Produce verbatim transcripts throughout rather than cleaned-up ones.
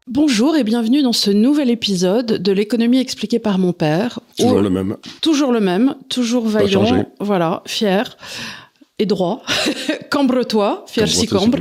Bonjour et bienvenue dans ce nouvel épisode de l'économie expliquée par mon père. Toujours le même. Toujours le même, toujours vaillant, voilà, fier et droit. Cambre-toi, fier si cambre.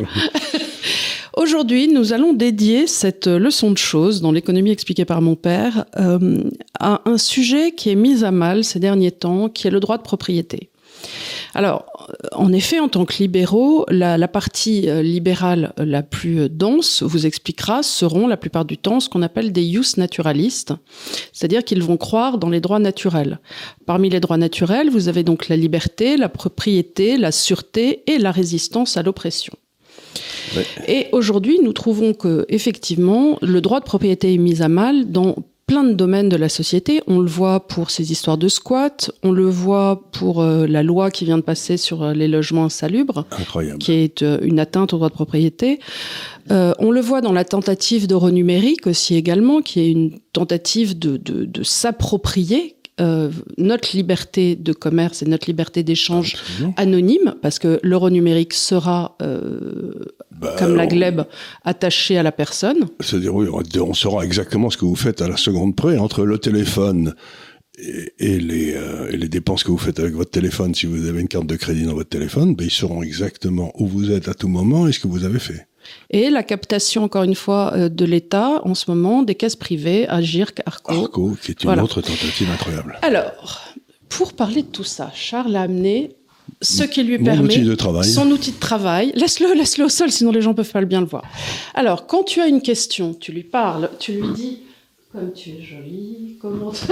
Aujourd'hui, nous allons dédier cette leçon de choses dans l'économie expliquée par mon père euh, à un sujet qui est mis à mal ces derniers temps, qui est le droit de propriété. Alors, en effet, en tant que libéraux, la, la partie libérale la plus dense vous expliquera seront la plupart du temps ce qu'on appelle des jus naturalistes, c'est-à-dire qu'ils vont croire dans les droits naturels. Parmi les droits naturels, vous avez donc la liberté, la propriété, la sûreté et la résistance à l'oppression. Ouais. Et aujourd'hui, nous trouvons que, effectivement, le droit de propriété est mis à mal dans plein de domaines de la société. On le voit pour ces histoires de squat, on le voit pour euh, la loi qui vient de passer sur euh, les logements insalubres, Incroyable. Qui est euh, une atteinte au droit de propriété. Euh, on le voit dans la tentative d'euro numérique aussi également, qui est une tentative de, de, de s'approprier Euh, notre liberté de commerce et notre liberté d'échange Absolument. Anonyme, parce que l'euro numérique sera, euh, bah, comme la glèbe, on... attaché à la personne. C'est-à-dire, oui, on saura exactement ce que vous faites à la seconde près, entre le téléphone et, et, les, euh, et les dépenses que vous faites avec votre téléphone. Si vous avez une carte de crédit dans votre téléphone, ben, ils sauront exactement où vous êtes à tout moment et ce que vous avez fait. Et la captation, encore une fois, de l'État, en ce moment, des caisses privées, Agirc, Arco. Arco, qui est une voilà. autre tentative incroyable. Alors, pour parler de tout ça, Charles a amené ce qui lui Mon permet... outil de travail. Son outil de travail. Laisse-le, laisse-le au sol, sinon les gens peuvent pas bien le voir. Alors, quand tu as une question, tu lui parles, tu lui dis... Comme tu es jolie, comment tu...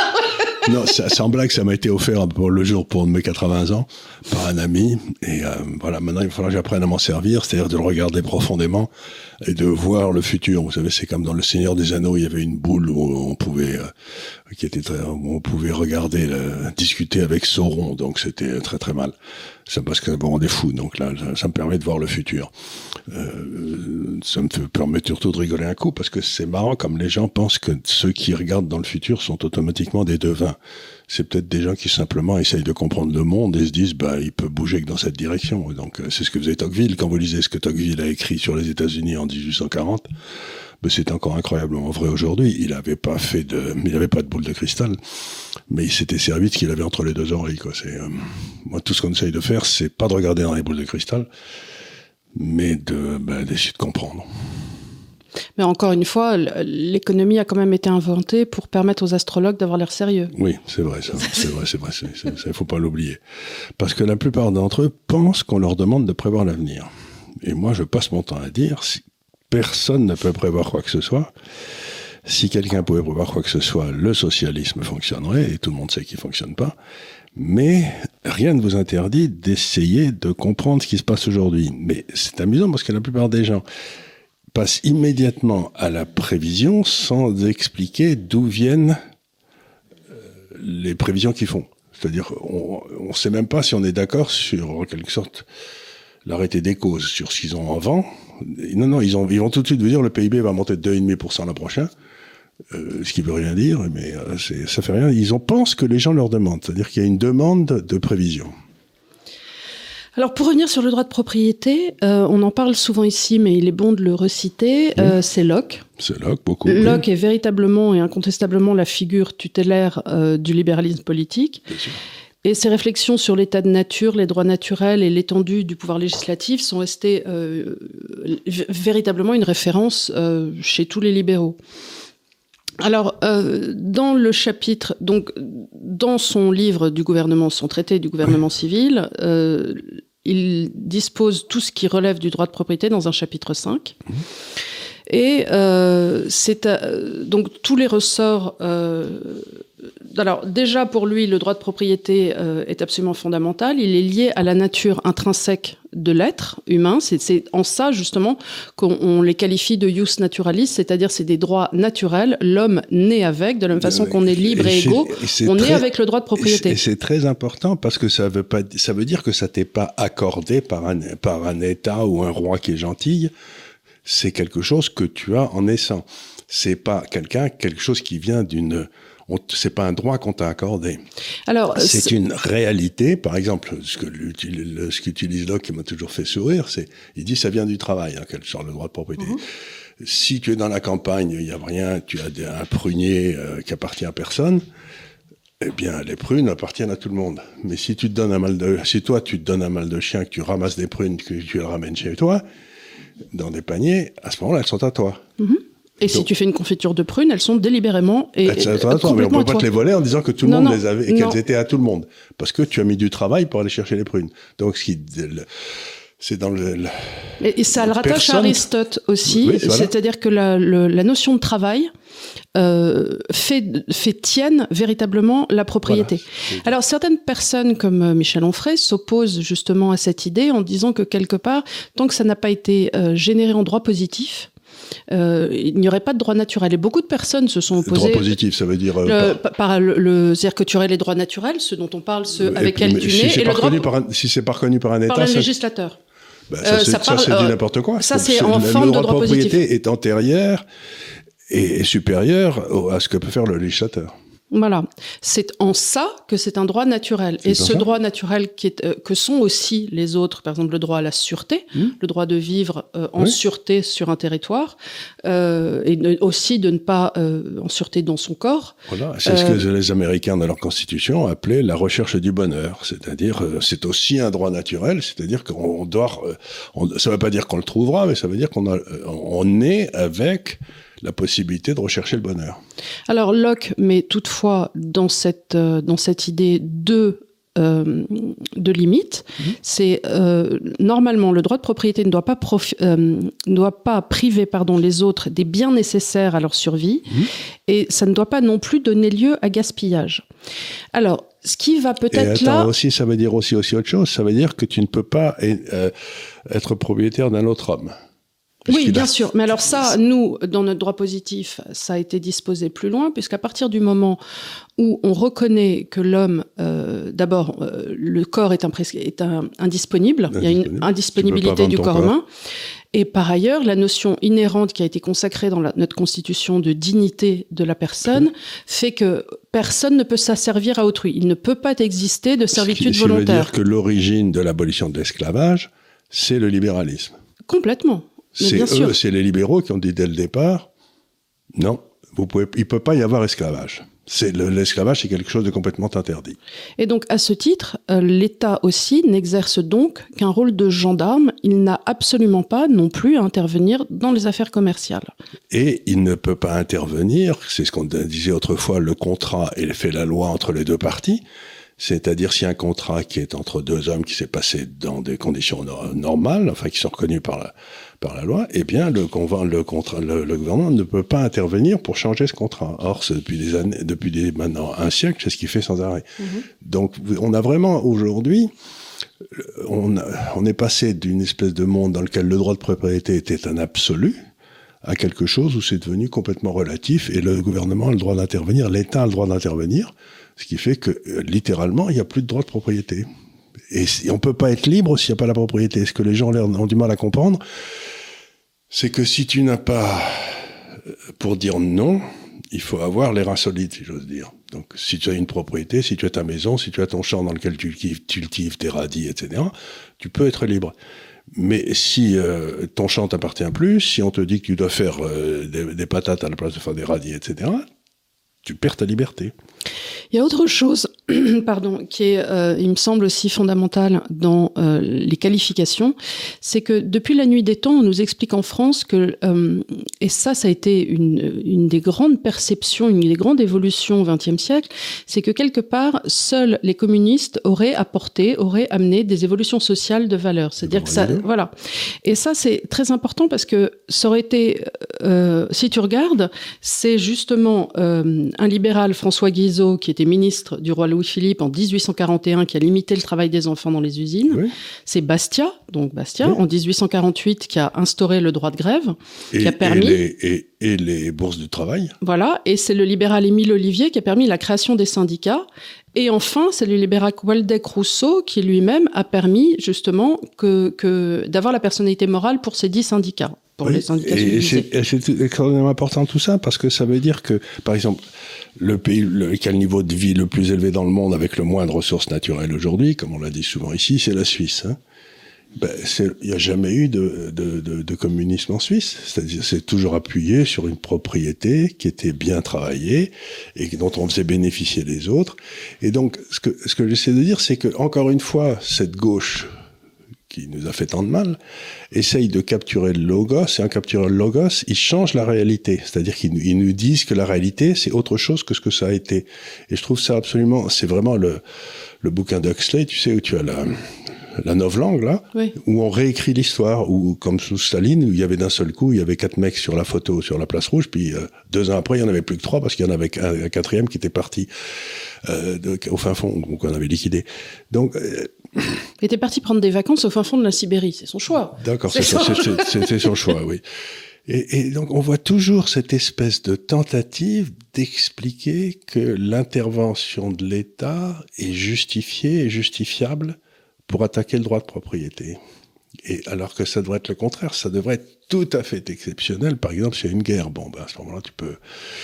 Non, ça, sans blague, ça m'a été offert pour le jour pour mes quatre-vingts ans par un ami. Et euh, voilà, maintenant, il va falloir que j'apprenne à m'en servir, c'est-à-dire de le regarder profondément et de voir le futur. Vous savez, c'est comme dans Le Seigneur des Anneaux, il y avait une boule où on pouvait, euh, qui était très, où on pouvait regarder, le, discuter avec Sauron. Donc, c'était très très mal. Ça parce que bon, on est fou. Donc là, ça, ça me permet de voir le futur. Euh, ça me permet surtout de rigoler un coup parce que c'est marrant comme les gens pensent que ceux qui regardent dans le futur sont automatiquement des devins. C'est peut-être des gens qui simplement essayent de comprendre le monde et se disent bah il peut bouger que dans cette direction. Donc c'est ce que faisait Tocqueville quand vous lisez ce que Tocqueville a écrit sur les États-Unis en dix-huit cent quarante. Ben, c'est encore incroyablement vrai aujourd'hui. Il avait pas fait de, il avait pas de boule de cristal, mais il s'était servi de ce qu'il avait entre les deux oreilles. Quoi. C'est euh, moi tout ce qu'on essaye de faire, c'est pas de regarder dans les boules de cristal, mais de ben, d'essayer de comprendre. Mais encore une fois, l'économie a quand même été inventée pour permettre aux astrologues d'avoir l'air sérieux. Oui, c'est vrai, ça. C'est vrai, c'est vrai. Il faut pas l'oublier. Parce que la plupart d'entre eux pensent qu'on leur demande de prévoir l'avenir. Et moi, je passe mon temps à dire, si personne ne peut prévoir quoi que ce soit. Si quelqu'un pouvait prévoir quoi que ce soit, le socialisme fonctionnerait, et tout le monde sait qu'il fonctionne pas. Mais rien ne vous interdit d'essayer de comprendre ce qui se passe aujourd'hui. Mais c'est amusant parce que la plupart des gens passent immédiatement à la prévision sans expliquer d'où viennent les prévisions qu'ils font. C'est-à-dire, on ne sait même pas si on est d'accord sur, en quelque sorte, l'arrêté des causes, sur ce qu'ils ont en vent. Non, non, ils, ont, ils vont tout de suite vous dire le P I B va monter de deux virgule cinq pour cent l'an prochain, euh, ce qui veut rien dire, mais euh, c'est, ça fait rien. Ils en pensent que les gens leur demandent, c'est-à-dire qu'il y a une demande de prévision. Alors, pour revenir sur le droit de propriété, euh, on en parle souvent ici, mais il est bon de le reciter, mmh. euh, c'est Locke. C'est Locke, beaucoup. Locke oui. est véritablement et incontestablement la figure tutélaire euh, du libéralisme politique. Bien sûr. Et ses réflexions sur l'état de nature, les droits naturels et l'étendue du pouvoir législatif sont restées euh, v- véritablement une référence euh, chez tous les libéraux. Alors, euh, dans le chapitre, donc, dans son livre du gouvernement, son traité du gouvernement oui. civil, euh, il dispose tout ce qui relève du droit de propriété dans un chapitre cinq. Mmh. Et euh, c'est euh, donc tous les ressorts. Euh, alors déjà pour lui, le droit de propriété euh, est absolument fondamental. Il est lié à la nature intrinsèque de l'être humain. C'est, c'est en ça justement qu'on on les qualifie de jus naturalis, c'est-à-dire c'est des droits naturels. L'homme naît avec, de la même façon qu'on est libre et, et égaux, et on très, naît avec le droit de propriété. Et c'est, et c'est très important parce que ça veut pas, ça veut dire que ça t'est pas accordé par un par un État ou un roi qui est gentil. C'est quelque chose que tu as en naissant. C'est pas quelqu'un, quelque chose qui vient d'une... On, c'est pas un droit qu'on t'a accordé. Alors, c'est, c'est une réalité. Par exemple, ce que ce qu'utilise Locke qui m'a toujours fait sourire, c'est, il dit ça vient du travail, hein, quel genre le droit de propriété. Mm-hmm. Si tu es dans la campagne, il n'y a rien, tu as des, un prunier euh, qui appartient à personne, eh bien, les prunes appartiennent à tout le monde. Mais si tu te donnes un mal de, si toi, tu te donnes un mal de chien, que tu ramasses des prunes, que tu les ramènes chez toi, dans des paniers, à ce moment-là, elles sont à toi. Mm-hmm. Et donc, si tu fais une confiture de prunes, elles sont délibérément et, elles sont à toi, mais on peut pas te les voler en disant que tout le non, monde non, les avait et qu'elles étaient à tout le monde. Parce que tu as mis du travail pour aller chercher les prunes. Donc, ce qui, le, c'est dans le, le et, et ça le rattache personne... à Aristote aussi, oui, voilà. C'est-à-dire que la, le, la notion de travail euh, fait, fait tienne véritablement la propriété. Voilà. Alors certaines personnes comme Michel Onfray s'opposent justement à cette idée en disant que quelque part, tant que ça n'a pas été euh, généré en droit positif, Euh, il n'y aurait pas de droit naturel. Et beaucoup de personnes se sont opposées. Le droit positif, ça veut dire euh, le, par, par le, le, c'est-à-dire que tu aurais les droits naturels, ceux dont on parle, ceux et avec lesquels tu si nais, c'est et le droit par un, si c'est pas reconnu par un État, par le ça, législateur. Ben ça, euh, c'est, ça, parle, ça, c'est euh, du n'importe quoi. Ça, c'est, c'est en forme de droit positif. Le droit de propriété est antérieur et, et supérieur à ce que peut faire le législateur. Voilà, c'est en ça que c'est un droit naturel. C'est et ce ça. droit naturel qui est, euh, que sont aussi les autres, par exemple le droit à la sûreté, mmh. le droit de vivre euh, en oui. sûreté sur un territoire, euh, et ne, aussi de ne pas euh, en sûreté dans son corps. Voilà, c'est euh, ce que les Américains dans leur constitution appelaient la recherche du bonheur, c'est-à-dire euh, c'est aussi un droit naturel, c'est-à-dire qu'on doit, euh, on, ça ne veut pas dire qu'on le trouvera, mais ça veut dire qu'on a, on est avec la possibilité de rechercher le bonheur. Alors Locke met toutefois dans cette, euh, dans cette idée deux, euh, de limites. Mmh. C'est euh, normalement le droit de propriété ne doit pas, profi- euh, ne doit pas priver pardon, les autres des biens nécessaires à leur survie mmh. et ça ne doit pas non plus donner lieu à gaspillage. Alors, ce qui va peut-être et attends, là... aussi, ça veut dire aussi, aussi autre chose, ça veut dire que tu ne peux pas euh, être propriétaire d'un autre homme. Oui, bien a... sûr. Mais alors ça, nous, dans notre droit positif, ça a été disposé plus loin, puisqu'à partir du moment où on reconnaît que l'homme, euh, d'abord, euh, le corps est, impres... est un... indisponible, indisponible, il y a une indisponibilité du corps humain, et par ailleurs, la notion inhérente qui a été consacrée dans la... notre constitution de dignité de la personne mmh. fait que personne ne peut s'asservir à autrui. Il ne peut pas exister de servitude ce qui, volontaire. Ce qui veut dire que l'origine de l'abolition de l'esclavage, c'est le libéralisme. Complètement. C'est eux, c'est les libéraux qui ont dit dès le départ, non, vous pouvez, il ne peut pas y avoir esclavage. C'est le, l'esclavage, c'est quelque chose de complètement interdit. Et donc, à ce titre, euh, l'État aussi n'exerce donc qu'un rôle de gendarme. Il n'a absolument pas non plus à intervenir dans les affaires commerciales. Et il ne peut pas intervenir, c'est ce qu'on disait autrefois, le contrat et fait la loi entre les deux parties. C'est-à-dire si un contrat qui est entre deux hommes qui s'est passé dans des conditions no- normales, enfin qui sont reconnues par la, par la loi, eh bien le, le, contrat, le, le gouvernement ne peut pas intervenir pour changer ce contrat. Or, c'est depuis des années, depuis des, maintenant un siècle, c'est ce qu'il fait sans arrêt. Mmh. Donc, on a vraiment aujourd'hui, on, a, on est passé d'une espèce de monde dans lequel le droit de propriété était un absolu, à quelque chose où c'est devenu complètement relatif et le gouvernement a le droit d'intervenir, l'État a le droit d'intervenir. Ce qui fait que, littéralement, il n'y a plus de droit de propriété. Et on ne peut pas être libre s'il n'y a pas la propriété. Ce que les gens ont du mal à comprendre, c'est que si tu n'as pas, pour dire non, il faut avoir les reins solides, si j'ose dire. Donc, si tu as une propriété, si tu as ta maison, si tu as ton champ dans lequel tu cultives tes radis, et cetera, tu peux être libre. Mais si euh, ton champ t'appartient plus, si on te dit que tu dois faire euh, des, des patates à la place de faire des radis, et cetera, tu perds ta liberté. Il y a autre chose, pardon, qui est, euh, il me semble aussi fondamentale dans euh, les qualifications, c'est que depuis la nuit des temps, on nous explique en France que, euh, et ça, ça a été une, une des grandes perceptions, une des grandes évolutions au vingtième siècle, c'est que quelque part, seuls les communistes auraient apporté, auraient amené des évolutions sociales de valeur. C'est-à-dire que ça, voilà. Et ça, c'est très important parce que ça aurait été, euh, si tu regardes, c'est justement euh, un libéral, François Guizot, qui était ministre du roi Louis-Philippe en dix-huit cent quarante et un, qui a limité le travail des enfants dans les usines. Oui. C'est Bastia, donc Bastia, oui. en dix-huit cent quarante-huit, qui a instauré le droit de grève, et, qui a permis... Et les, et, et les bourses de travail. Voilà, et c'est le libéral Émile Ollivier qui a permis la création des syndicats. Et enfin, c'est le libéral Waldeck Rousseau qui lui-même a permis justement que, que, d'avoir la personnalité morale pour ces dix syndicats. Pour oui, les syndicats et c'est, et c'est extrêmement important tout ça, parce que ça veut dire que, par exemple, le pays le, qui a le niveau de vie le plus élevé dans le monde avec le moins de ressources naturelles aujourd'hui, comme on l'a dit souvent ici, c'est la Suisse. Hein. Ben, il n'y a jamais eu de, de, de, de communisme en Suisse. C'est-à-dire, c'est toujours appuyé sur une propriété qui était bien travaillée et dont on faisait bénéficier les autres. Et donc, ce que, ce que j'essaie de dire, c'est que, encore une fois, cette gauche qui nous a fait tant de mal, essaye de capturer le logos, et en capturant le logos, ils changent la réalité. C'est-à-dire qu'ils ils nous disent que la réalité, c'est autre chose que ce que ça a été. Et je trouve ça absolument, c'est vraiment le, le bouquin d'Huxley, tu sais, où tu as la, la novlangue, là, oui. Où on réécrit l'histoire, où, comme sous Staline, où il y avait d'un seul coup, il y avait quatre mecs sur la photo, sur la place rouge, puis euh, deux ans après, il y en avait plus que trois, parce qu'il y en avait un, un quatrième qui était parti euh, de, au fin fond, qu'on avait liquidé. Donc, euh, il était parti prendre des vacances au fin fond de la Sibérie, c'est son choix. D'accord, c'est, c'est, son, c'est, choix. C'est, c'est son choix, oui. Et, et donc, on voit toujours cette espèce de tentative d'expliquer que l'intervention de l'État est justifiée et justifiable pour attaquer le droit de propriété. Et alors que ça devrait être le contraire, ça devrait être tout à fait exceptionnel. Par exemple, s'il y a une guerre, bon, ben à ce moment-là, tu peux...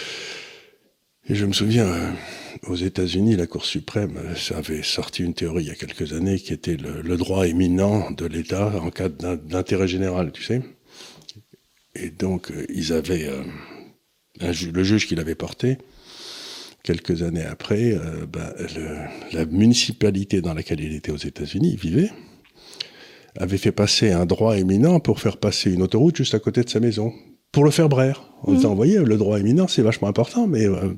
Et je me souviens, euh, aux États-Unis, la Cour suprême euh, avait sorti une théorie il y a quelques années qui était le, le droit éminent de l'État en cas d'intérêt général, tu sais. Et donc, euh, ils avaient euh, un ju- le juge qui l'avait porté. Quelques années après, euh, ben, le, la municipalité dans laquelle il était aux États-Unis, il vivait, avait fait passer un droit éminent pour faire passer une autoroute juste à côté de sa maison, pour le faire braire. En mmh. disant, vous voyez, le droit éminent, c'est vachement important, mais euh,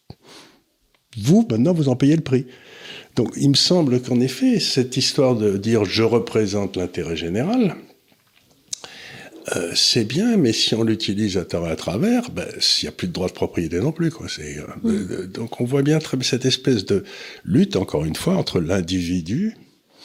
vous, maintenant, vous en payez le prix. Donc, il me semble qu'en effet, cette histoire de dire « je représente l'intérêt général », Euh, c'est bien, mais si on l'utilise à tort et à travers, ben, il n'y a plus de droit de propriété non plus, quoi. C'est, euh, mmh. euh, donc on voit bien très, cette espèce de lutte, encore une fois, entre l'individu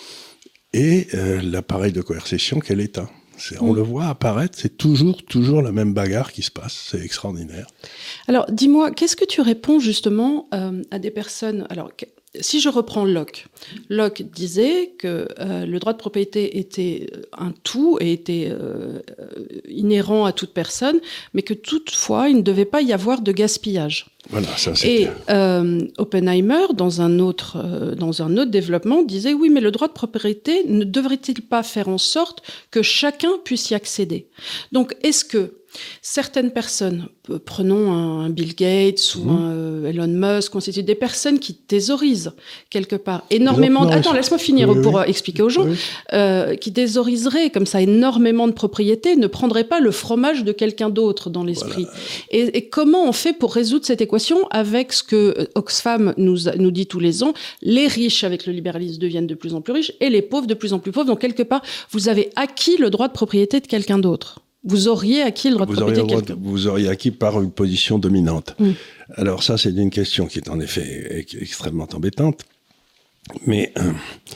et euh, l'appareil de coercition qu'est l'État. C'est, on mmh. le voit apparaître, c'est toujours, toujours la même bagarre qui se passe. C'est extraordinaire. Alors, dis-moi, qu'est-ce que tu réponds justement euh, à des personnes... Alors, si je reprends Locke, Locke disait que euh, le droit de propriété était un tout et était euh, inhérent à toute personne, mais que toutefois, il ne devait pas y avoir de gaspillage. Voilà, ça, c'est et euh, Oppenheimer, dans un, autre, euh, dans un autre développement, disait « Oui, mais le droit de propriété ne devrait-il pas faire en sorte que chacun puisse y accéder ?» Donc, est-ce que certaines personnes, prenons un Bill Gates ou mmh. un euh, Elon Musk, constituent des personnes qui thésaurisent quelque part énormément... Non, Attends, laisse-moi finir oui, pour oui. expliquer aux gens. Oui. Euh, qui thésauriseraient comme ça énormément de propriétés, ne prendraient pas le fromage de quelqu'un d'autre dans l'esprit. Voilà. Et, et comment on fait pour résoudre cette équation avec ce que Oxfam nous, nous dit tous les ans, les riches avec le libéralisme deviennent de plus en plus riches et les pauvres de plus en plus pauvres. Donc quelque part, vous avez acquis le droit de propriété de quelqu'un d'autre. Vous auriez acquis le droit de vous propriété auriez de quelqu'un. Vous auriez acquis par une position dominante. Mm. Alors ça, c'est une question qui est en effet extrêmement embêtante. Mais euh,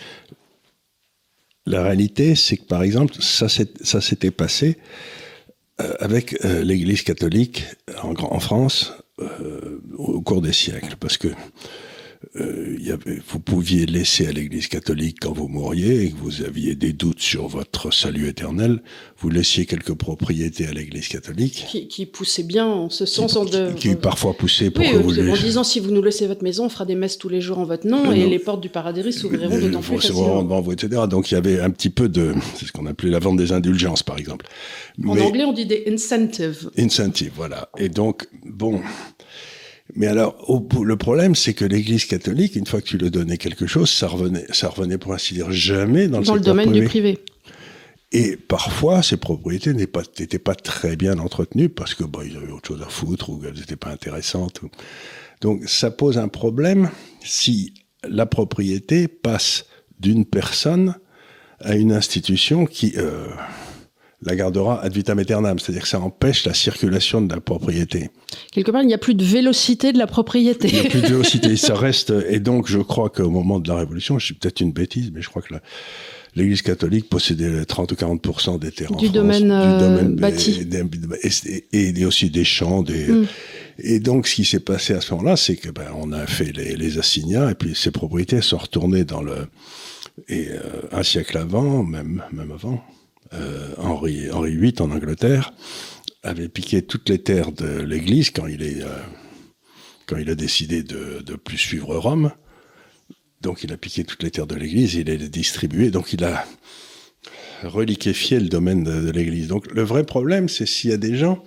la réalité, c'est que par exemple, ça, ça s'était passé euh, avec euh, l'Église catholique en, en France euh, au cours des siècles. Parce que Euh, y avait, vous pouviez laisser à l'Église catholique quand vous mouriez et que vous aviez des doutes sur votre salut éternel, vous laissiez quelques propriétés à l'Église catholique. Qui, qui poussait bien en ce sens. Qui, en de, qui, qui parfois poussait pour oui, que oui, vous... En disant, si vous nous laissez votre maison, on fera des messes tous les jours en votre nom non, et non. les portes du paradis s'ouvriront d'autant plus facilement. Devant vous, et cetera. Donc il y avait un petit peu de... C'est ce qu'on appelait la vente des indulgences, par exemple. En Mais, anglais, on dit des incentives. Incentives, voilà. Et donc, bon... Mais alors, au, le problème, c'est que l'Église catholique, une fois que tu lui donnais quelque chose, ça revenait, ça revenait pour ainsi dire jamais dans le, dans le domaine privé. du privé. Et parfois, ces propriétés n'étaient pas, n'étaient pas très bien entretenues parce que, bon, ils avaient autre chose à foutre ou qu'elles n'étaient pas intéressantes. Ou... Donc, ça pose un problème si la propriété passe d'une personne à une institution qui euh, la gardera ad vitam aeternam, c'est-à-dire que ça empêche la circulation de la propriété. Quelque part, il n'y a plus de vélocité de la propriété. Il n'y a plus de vélocité, ça reste... Et donc, je crois qu'au moment de la Révolution, je suis peut-être une bêtise, mais je crois que la, l'Église catholique possédait trente ou quarante pour cent des terres du en France. Domaine, euh, du domaine bâti. Et, et, et aussi des champs, des... Mm. Et donc, ce qui s'est passé à ce moment-là, c'est que ben, on a fait les, les assignats, et puis ces propriétés sont retournées dans le... Et euh, un siècle avant, même, même avant... Euh, Henri, Henri huit en Angleterre avait piqué toutes les terres de l'Église quand il est euh, quand il a décidé de de plus suivre Rome. Donc il a piqué toutes les terres de l'Église, il les a distribuées. Donc il a reliquéfier le domaine de, de l'Église. Donc le vrai problème, c'est s'il y a des gens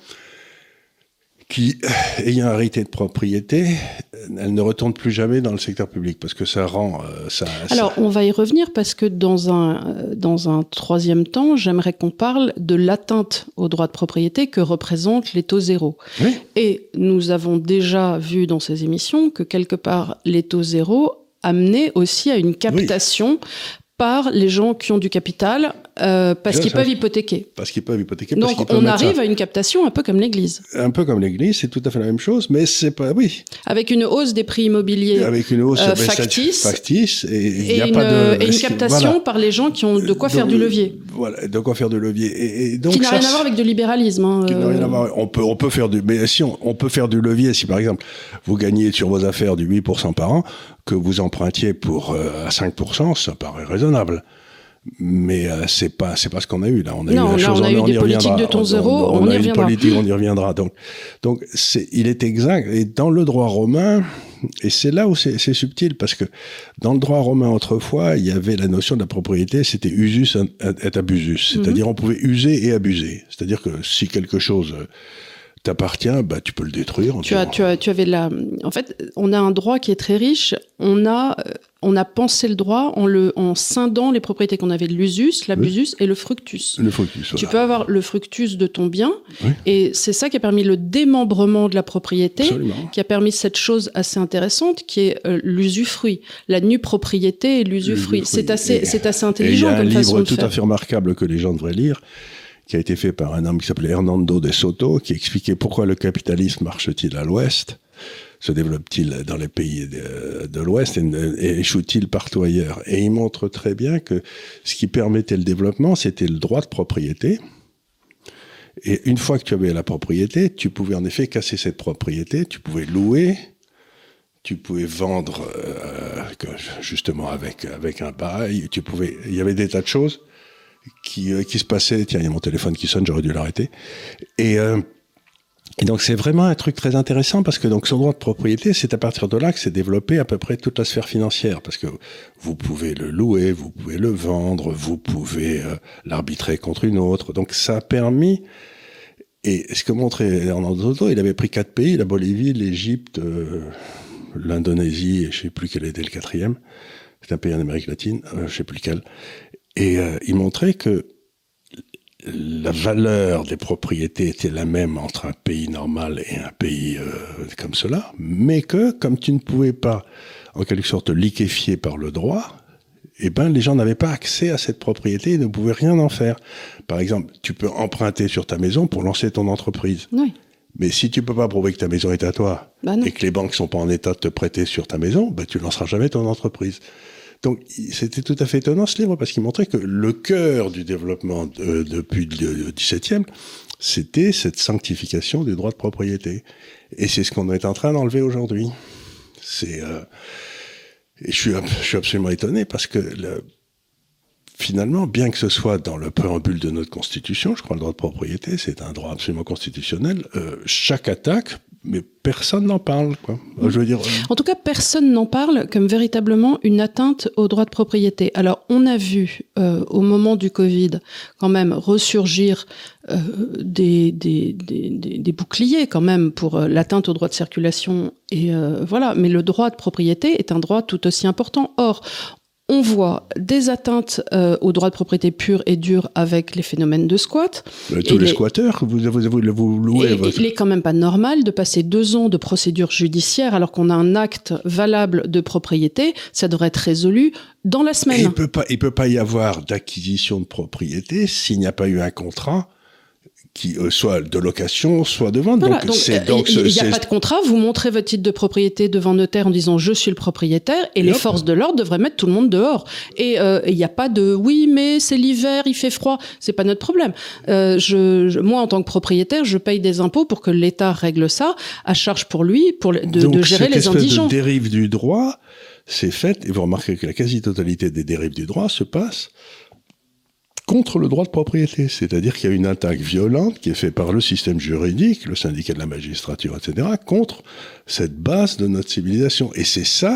qui, ayant arrêté de propriété, elles ne retournent plus jamais dans le secteur public, parce que ça rend... Euh, ça, Alors, ça... on va y revenir, parce que dans un, dans un troisième temps, j'aimerais qu'on parle de l'atteinte au droit de propriété que représentent les taux zéro. Oui. Et nous avons déjà vu dans ces émissions que, quelque part, les taux zéro amenaient aussi à une captation... Oui. par les gens qui ont du capital, euh, parce qu'ils peuvent hypothéquer. Parce qu'ils peuvent hypothéquer. Donc parce qu'ils on arrive ça. à une captation un peu comme l'Église. Un peu comme l'Église, c'est tout à fait la même chose, mais c'est pas... Oui. Avec une hausse des prix immobiliers Avec une hausse euh, ben, factice. factice. Et, et, y a une, pas de, et une captation voilà. par les gens qui ont de quoi faire donc, du levier. Voilà, de quoi faire du levier. Et, et donc, qui n'a ça, rien à voir avec de libéralisme. Hein, qui euh... n'a rien à voir. On peut, on peut faire du... Mais si on, on peut faire du levier, si par exemple, vous gagnez sur vos affaires du huit pour cent par an, que vous empruntiez pour, euh, à cinq pour cent, ça paraît raisonnable. Mais euh, c'est pas c'est pas ce qu'on a eu là. On a non, eu la là, chose, on a on, eu on des politiques de ton zéro. On, on, on, on y reviendra. Une politique, on y reviendra. Donc donc c'est il est exact. Et dans le droit romain, et c'est là où c'est, c'est subtil, parce que dans le droit romain autrefois, il y avait la notion de la propriété, c'était usus et abusus, c'est-à-dire mm-hmm. on pouvait user et abuser. C'est-à-dire que si quelque chose t'appartient, bah tu peux le détruire. Tu as, tu as, tu avais la. En fait, on a un droit qui est très riche. On a, on a pensé le droit en le, en scindant les propriétés qu'on avait, l'usus, l'abusus oui. et le fructus. Le fructus. Voilà. Tu peux avoir le fructus de ton bien, oui. et c'est ça qui a permis le démembrement de la propriété, Absolument. qui a permis cette chose assez intéressante, qui est euh, l'usufruit, la nue propriété et l'usufruit. l'usufruit. C'est assez, et, c'est assez intelligent comme façon de faire. Il y a un livre tout à fait remarquable que les gens devraient lire, qui a été fait par un homme qui s'appelait Hernando de Soto, qui expliquait pourquoi le capitalisme marche-t-il à l'Ouest, se développe-t-il dans les pays de, de l'Ouest et, et échoue-t-il partout ailleurs. Et il montre très bien que ce qui permettait le développement, c'était le droit de propriété. Et une fois que tu avais la propriété, tu pouvais en effet casser cette propriété, tu pouvais louer, tu pouvais vendre euh, justement avec, avec un bail, tu pouvais, il y avait des tas de choses qui euh, qui se passait. Tiens, il y a mon téléphone qui sonne, j'aurais dû l'arrêter. Et euh, et donc c'est vraiment un truc très intéressant, parce que donc son droit de propriété, c'est à partir de là que s'est développé à peu près toute la sphère financière, parce que vous pouvez le louer, vous pouvez le vendre, vous pouvez euh, l'arbitrer contre une autre. Donc ça a permis. Et ce que montrait Hernando Soto, il avait pris quatre pays: la Bolivie, l'Égypte, euh, l'Indonésie, et je sais plus quel était le quatrième. C'est un pays en Amérique latine, euh, je sais plus lequel. Et euh, il montrait que la valeur des propriétés était la même entre un pays normal et un pays euh, comme cela, mais que, comme tu ne pouvais pas, en quelque sorte, liquéfier par le droit, eh ben, les gens n'avaient pas accès à cette propriété et ne pouvaient rien en faire. Par exemple, tu peux emprunter sur ta maison pour lancer ton entreprise. Oui. Mais si tu peux pas prouver que ta maison est à toi, bah et que les banques sont pas en état de te prêter sur ta maison, ben, tu lanceras jamais ton entreprise. Donc, c'était tout à fait étonnant ce livre, parce qu'il montrait que le cœur du développement de, depuis le dix-septième, c'était cette sanctification du droit de propriété. Et c'est ce qu'on est en train d'enlever aujourd'hui. C'est, euh, et je suis, je suis absolument étonné, parce que le, finalement, bien que ce soit dans le préambule de notre Constitution, je crois le droit de propriété, c'est un droit absolument constitutionnel, euh, chaque attaque, mais personne n'en parle, quoi. Je veux dire. En tout cas, personne n'en parle comme véritablement une atteinte au droit de propriété. Alors, on a vu euh, au moment du Covid, quand même ressurgir euh, des, des, des, des, des boucliers, quand même, pour euh, l'atteinte au droit de circulation. Et euh, voilà. Mais le droit de propriété est un droit tout aussi important. Or, on voit des atteintes euh, au droit de propriété pur et dur avec les phénomènes de squat. Euh, tous les, les squatteurs, vous, vous, vous, vous louez. Et, votre... Il est quand même pas normal de passer deux ans de procédure judiciaire alors qu'on a un acte valable de propriété. Ça devrait être résolu dans la semaine. Et il peut pas, il peut pas y avoir d'acquisition de propriété s'il n'y a pas eu un contrat. Qui euh, soit de location, soit de vente. Voilà, donc, donc, c'est, donc il n'y a c'est... pas de contrat, vous montrez votre titre de propriété devant notaire en disant « je suis le propriétaire » et, et les hop. Forces de l'ordre devraient mettre tout le monde dehors. Et il euh, n'y a pas de « oui, mais c'est l'hiver, il fait froid », c'est pas notre problème. Euh, je, je, moi, en tant que propriétaire, je paye des impôts pour que l'État règle ça, à charge pour lui, pour de, de gérer les indigents. Donc, cette espèce de dérive du droit, c'est fait, et vous remarquez que la quasi-totalité des dérives du droit se passe contre le droit de propriété, c'est-à-dire qu'il y a une attaque violente qui est faite par le système juridique, le syndicat de la magistrature, et cetera, contre cette base de notre civilisation. Et c'est ça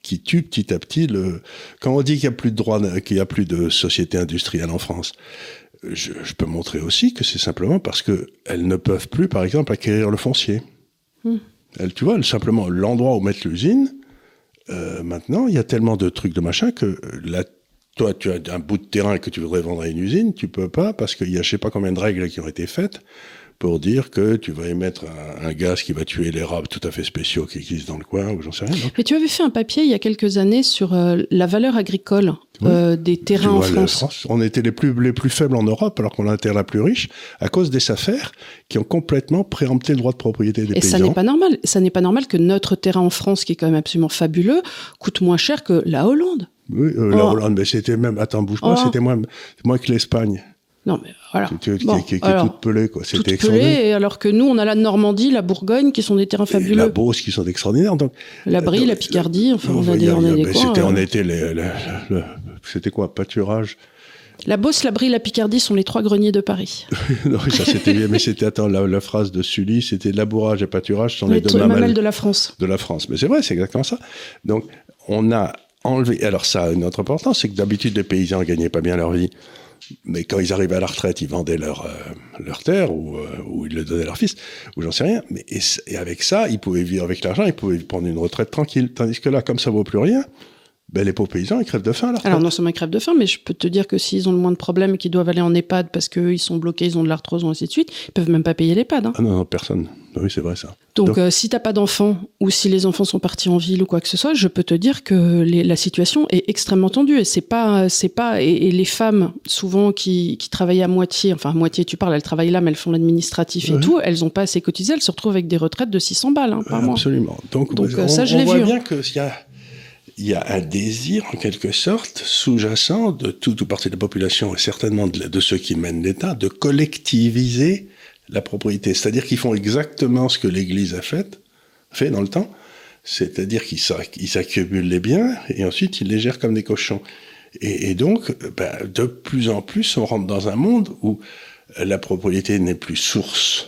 qui tue petit à petit le... Quand on dit qu'il n'y a plus de droits, qu'il n'y a plus de société industrielle en France, je, je peux montrer aussi que c'est simplement parce qu'elles ne peuvent plus, par exemple, acquérir le foncier. Mmh. Elles, tu vois, simplement, l'endroit où mettre l'usine, euh, maintenant, il y a tellement de trucs de machin que la toi, tu as un bout de terrain que tu voudrais vendre à une usine, tu peux pas parce qu'il y a je sais pas combien de règles qui ont été faites pour dire que tu vas émettre un, un gaz qui va tuer les rats tout à fait spéciaux qui existent dans le coin, ou j'en sais rien. Donc. Mais tu avais fait un papier il y a quelques années sur euh, la valeur agricole oui. euh, des terrains en France. France. On était les plus, les plus faibles en Europe alors qu'on a la terre la plus riche à cause des affaires qui ont complètement préempté le droit de propriété des Et paysans. Et ça n'est pas normal. Ça n'est pas normal que notre terrain en France, qui est quand même absolument fabuleux, coûte moins cher que la Hollande. Oui, euh, oh. la Hollande, mais c'était même, attends, bouge pas, oh. c'était moins, moins que l'Espagne. Non, mais voilà. Qui, qui, bon, qui, qui alors, est toute pelée, quoi. C'était toute pelée, alors que nous, on a la Normandie, la Bourgogne, qui sont des terrains fabuleux. Et la Beauce, qui sont extraordinaires. Donc, la Brie, donc, la Picardie, enfin, on a des, on a des coins. C'était, on était les, les, les, les, c'était quoi, pâturage? La Beauce, la Brie, la Picardie sont les trois greniers de Paris. Non, ça c'était bien, mais c'était, attends, la, la phrase de Sully, c'était labourage et pâturage sont les, les deux mamelles, mamelles de la France. De la France. Mais c'est vrai, c'est exactement ça. Donc, on a enlevé, alors ça a une autre importance, c'est que d'habitude, les paysans ne gagnaient pas bien leur vie. Mais quand ils arrivaient à la retraite, ils vendaient leur, euh, leur terre ou, euh, ou ils le donnaient à leur fils, ou j'en sais rien. Mais, et, et avec ça, ils pouvaient vivre avec l'argent, ils pouvaient prendre une retraite tranquille. Tandis que là, comme ça vaut plus rien, ben, les pauvres paysans, ils crèvent de faim à la retraite. Alors non seulement ils crèvent de faim, mais je peux te dire que s'ils ont le moins de problèmes et qu'ils doivent aller en EHPAD parce qu'ils sont bloqués, ils ont de l'arthrose, ou ainsi de suite, ils peuvent même pas payer l'EHPAD. Hein. Ah non, non, personne. Oui, c'est vrai ça. Donc, Donc euh, si t'as pas d'enfants, ou si les enfants sont partis en ville ou quoi que ce soit, je peux te dire que les, la situation est extrêmement tendue. Et c'est pas, c'est pas, et, et les femmes, souvent, qui, qui travaillent à moitié, enfin à moitié, tu parles, elles travaillent là, mais elles font l'administratif et oui. tout, elles ont pas assez cotisé, elles se retrouvent avec des retraites de six cents balles hein, par euh, mois. Absolument. Donc, Donc on, ça, je l'ai on voit vu. bien qu'il y a... Il y a un désir, en quelque sorte, sous-jacent de toute ou partie de la population, et certainement de, de ceux qui mènent l'État, de collectiviser la propriété. C'est-à-dire qu'ils font exactement ce que l'Église a fait, fait dans le temps, c'est-à-dire qu'ils s'accumulent les biens, et ensuite ils les gèrent comme des cochons. Et, et donc, ben, de plus en plus, on rentre dans un monde où la propriété n'est plus source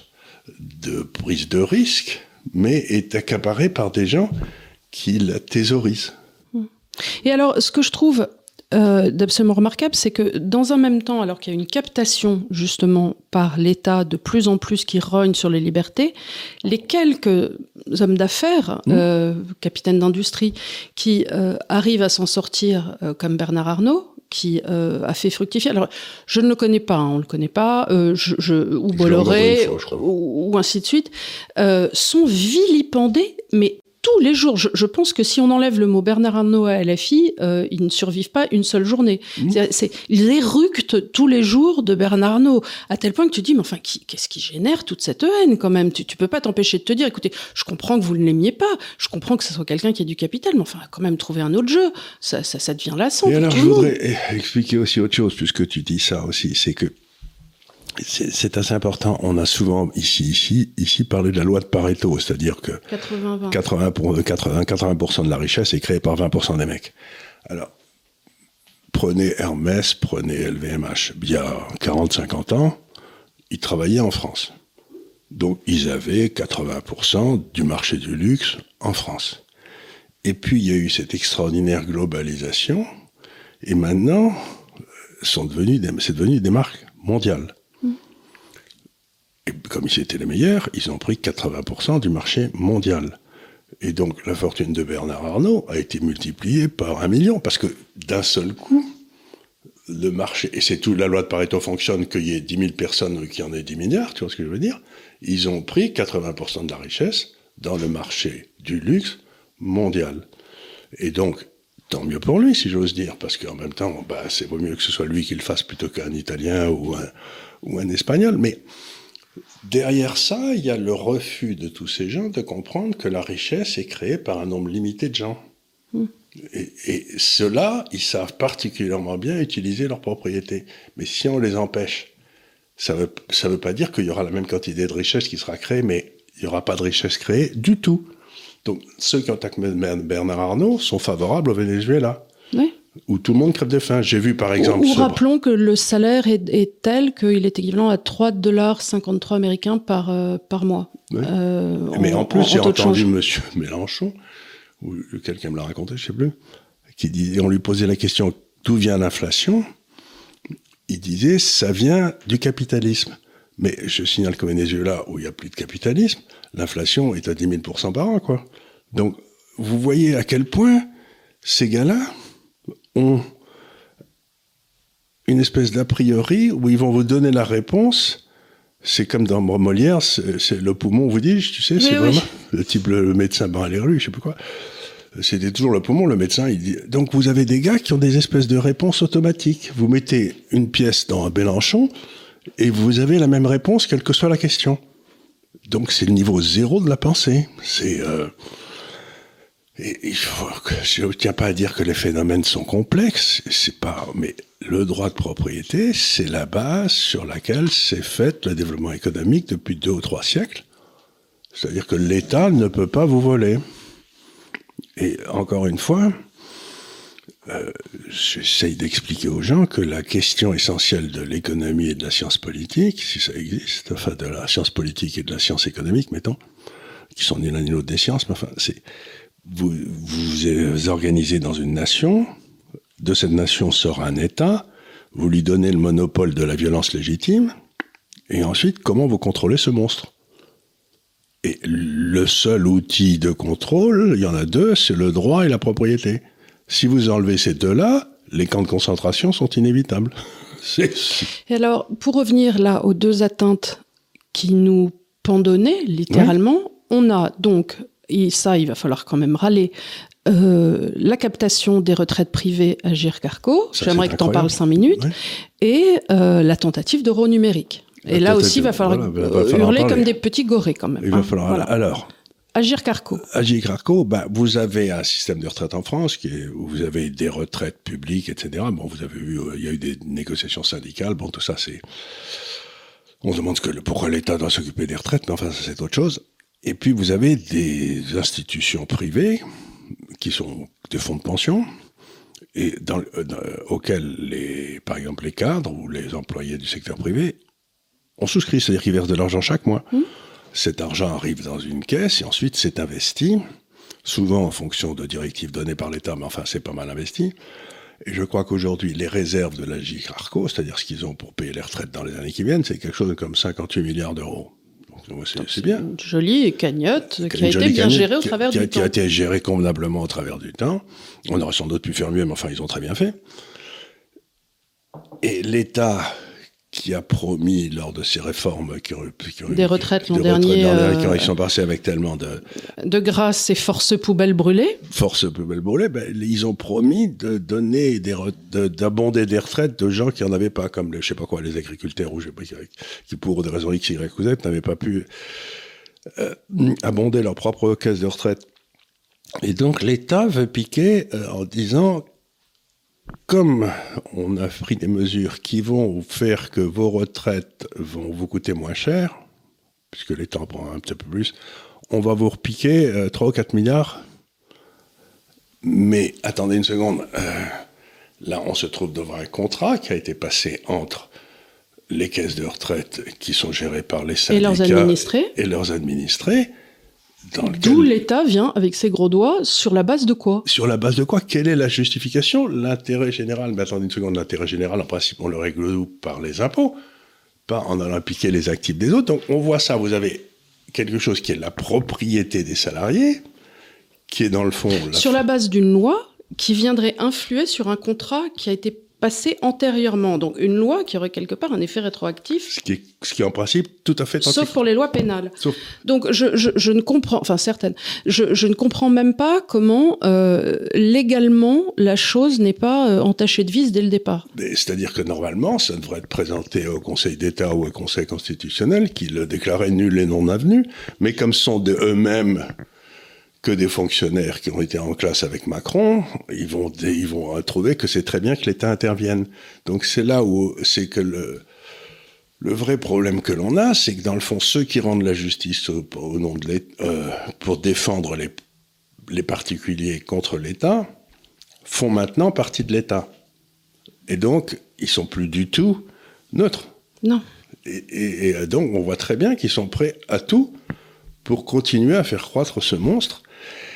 de prise de risque, mais est accaparée par des gens qui la thésaurisent. Et alors, ce que je trouve euh, d'absolument remarquable, c'est que dans un même temps, alors qu'il y a une captation justement par l'État de plus en plus qui rogne sur les libertés, les quelques hommes d'affaires, mmh. euh, capitaines d'industrie, qui euh, arrivent à s'en sortir, euh, comme Bernard Arnault, qui euh, a fait fructifier. Alors, je ne le connais pas, hein, on ne le connaît pas, euh, je, je, ou Bolloré, ou, ou ainsi de suite, euh, sont vilipendés, mais tous les jours. Je, je pense que si on enlève le mot Bernard Arnault à L F I, euh, ils ne survivent pas une seule journée. Mmh. C'est, c'est, ils éructent tous les jours de Bernard Arnault, à tel point que tu te dis, mais enfin, qui, qu'est-ce qui génère toute cette haine quand même ? Tu, tu peux pas t'empêcher de te dire, écoutez, je comprends que vous ne l'aimiez pas, je comprends que ce soit quelqu'un qui a du capital, mais enfin, quand même trouver un autre jeu, ça, ça, ça devient lassant. Et alors, tout je le voudrais monde. expliquer aussi autre chose, puisque tu dis ça aussi, c'est que C'est, c'est assez important. On a souvent ici, ici, ici parlé de la loi de Pareto, c'est-à-dire que quatre-vingts vingt quatre-vingts pour cent, quatre-vingts, quatre-vingts pour cent de la richesse est créée par vingt pour cent des mecs. Alors, prenez Hermès, prenez L V M H. Il y a quarante cinquante ans, ils travaillaient en France. Donc, ils avaient quatre-vingts pour cent du marché du luxe en France. Et puis, il y a eu cette extraordinaire globalisation, et maintenant, sont devenus des, c'est devenu des marques mondiales. Et comme ils étaient les meilleurs, ils ont pris quatre-vingts pour cent du marché mondial. Et donc, la fortune de Bernard Arnault a été multipliée par un million, parce que d'un seul coup, le marché, et c'est tout, la loi de Pareto fonctionne, qu'il y ait dix mille personnes qui en aient dix milliards, tu vois ce que je veux dire ? Ils ont pris quatre-vingts pour cent de la richesse dans le marché du luxe mondial. Et donc, tant mieux pour lui, si j'ose dire, parce qu'en même temps, bah, c'est vaut mieux que ce soit lui qui le fasse plutôt qu'un Italien ou un, ou un Espagnol, mais derrière ça, il y a le refus de tous ces gens de comprendre que la richesse est créée par un nombre limité de gens. Mmh. Et, et ceux-là, ils savent particulièrement bien utiliser leur propriété. Mais si on les empêche, ça veut, ça veut pas dire qu'il y aura la même quantité de richesse qui sera créée, mais il n'y aura pas de richesse créée du tout. Donc, ceux qui ont attaqué Bernard Arnault sont favorables au Venezuela. Oui. Où tout le monde crève de faim. J'ai vu par exemple... Ou, ou rappelons que le salaire est, est tel qu'il est équivalent à trois dollars cinquante-trois américains par, euh, par mois. Oui. Euh, Mais en, en plus, en, j'ai en entendu M. Mélenchon ou quelqu'un me l'a raconté, je sais plus, qui dit, et on lui posait la question, d'où vient l'inflation? Il disait, ça vient du capitalisme. Mais je signale qu'au Venezuela, où il n'y a plus de capitalisme, l'inflation est à dix mille pour cent par an, quoi. Donc, vous voyez à quel point ces gars-là ont une espèce d'a priori où ils vont vous donner la réponse. C'est comme dans Molière, c'est, c'est le poumon, vous dis, tu sais, oui, c'est oui. Vraiment le type, le, le médecin barre les rues, je sais plus quoi. C'était toujours le poumon, le médecin, il dit. Donc vous avez des gars qui ont des espèces de réponses automatiques. Vous mettez une pièce dans un Mélenchon et vous avez la même réponse, quelle que soit la question. Donc c'est le niveau zéro de la pensée. C'est... Euh, et il faut que, je ne tiens pas à dire que les phénomènes sont complexes, c'est pas, mais le droit de propriété, c'est la base sur laquelle s'est fait le développement économique depuis deux ou trois siècles. C'est-à-dire que l'État ne peut pas vous voler. Et encore une fois, euh, j'essaye d'expliquer aux gens que la question essentielle de l'économie et de la science politique, si ça existe, enfin de la science politique et de la science économique, mettons, qui sont ni l'un ni l'autre des sciences, mais enfin, c'est... Vous vous organisez dans une nation, de cette nation sort un État, vous lui donnez le monopole de la violence légitime, et ensuite, comment vous contrôlez ce monstre? Et le seul outil de contrôle, il y en a deux, c'est le droit et la propriété. Si vous enlevez ces deux-là, les camps de concentration sont inévitables. C'est... Et alors, pour revenir là aux deux atteintes qui nous pendonnaient, littéralement, oui. On a donc... Et ça, il va falloir quand même râler. Euh, la captation des retraites privées à Agirc-Arrco, j'aimerais que tu en parles cinq minutes, ouais. Et euh, la tentative d'euro numérique. Et la là aussi, il va falloir, voilà, va falloir hurler comme des petits gorées quand même. Il hein. va falloir. Voilà. Alors, Agirc-Arrco. Agirc-Arrco, bah, vous avez un système de retraite en France qui est, où vous avez des retraites publiques, et cetera. Bon, vous avez vu, il y a eu des négociations syndicales. Bon, tout ça, c'est. On se demande que, pourquoi l'État doit s'occuper des retraites, mais enfin, ça, c'est autre chose. Et puis, vous avez des institutions privées qui sont des fonds de pension et dans, dans, auxquels, les, par exemple, les cadres ou les employés du secteur privé ont souscrit. C'est-à-dire qu'ils versent de l'argent chaque mois. Mmh. Cet argent arrive dans une caisse et ensuite c'est investi, souvent en fonction de directives données par l'État, mais enfin, c'est pas mal investi. Et je crois qu'aujourd'hui, les réserves de l'Agirc-Arrco, c'est-à-dire ce qu'ils ont pour payer les retraites dans les années qui viennent, c'est quelque chose comme cinquante-huit milliards d'euros. Donc, c'est, c'est bien. Une jolie cagnotte qui a été bien gérée au travers du temps. Qui a été gérée convenablement au travers du temps. On aurait sans doute pu faire mieux, mais enfin, ils ont très bien fait. Et l'État qui a promis, lors de ces réformes... Qui ont, qui ont, des retraites l'an dernier... Euh, qui sont passées avec tellement de... De grâce et force poubelle brûlée. Force poubelle brûlée, ben, ils ont promis de donner des re, de, d'abonder des retraites de gens qui n'en avaient pas, comme les, je sais pas quoi, les agriculteurs, ou je sais pas, qui, qui pour des raisons X, Y ou Z, n'avaient pas pu euh, abonder leur propre caisse de retraite. Et donc l'État veut piquer euh, en disant... Comme on a pris des mesures qui vont faire que vos retraites vont vous coûter moins cher, puisque l'État en prend un petit peu plus, on va vous repiquer euh, trois ou quatre milliards. Mais attendez une seconde, euh, là on se trouve devant un contrat qui a été passé entre les caisses de retraite qui sont gérées par les syndicats et leurs administrés. Et leurs administrés Dans D'où lequel... l'État vient avec ses gros doigts, sur la base de quoi? Sur la base de quoi? Quelle est la justification? L'intérêt général, mais attendez une seconde, l'intérêt général, en principe, on le règle par les impôts, pas en allant piquer les actifs des autres. Donc on voit ça, vous avez quelque chose qui est la propriété des salariés, qui est dans le fond... La sur la base d'une loi qui viendrait influer sur un contrat qui a été passé antérieurement. Donc une loi qui aurait quelque part un effet rétroactif. Ce qui est, ce qui est en principe tout à fait... Sauf antique. Pour les lois pénales. Sauf... Donc je, je, je ne comprends... Enfin certaines. Je, je ne comprends même pas comment euh, légalement la chose n'est pas euh, entachée de vice dès le départ. Mais c'est-à-dire que normalement ça devrait être présenté au Conseil d'État ou au Conseil constitutionnel qui le déclarait nul et non avenu. Mais comme ce sont de eux-mêmes... que des fonctionnaires qui ont été en classe avec Macron, ils vont, ils vont trouver que c'est très bien que l'État intervienne. Donc c'est là où c'est que le, le vrai problème que l'on a, c'est que dans le fond, ceux qui rendent la justice au, au nom de l'État, euh, pour défendre les, les particuliers contre l'État, font maintenant partie de l'État. Et donc, ils sont plus du tout neutres. Non. Et, et, et donc, on voit très bien qu'ils sont prêts à tout pour continuer à faire croître ce monstre.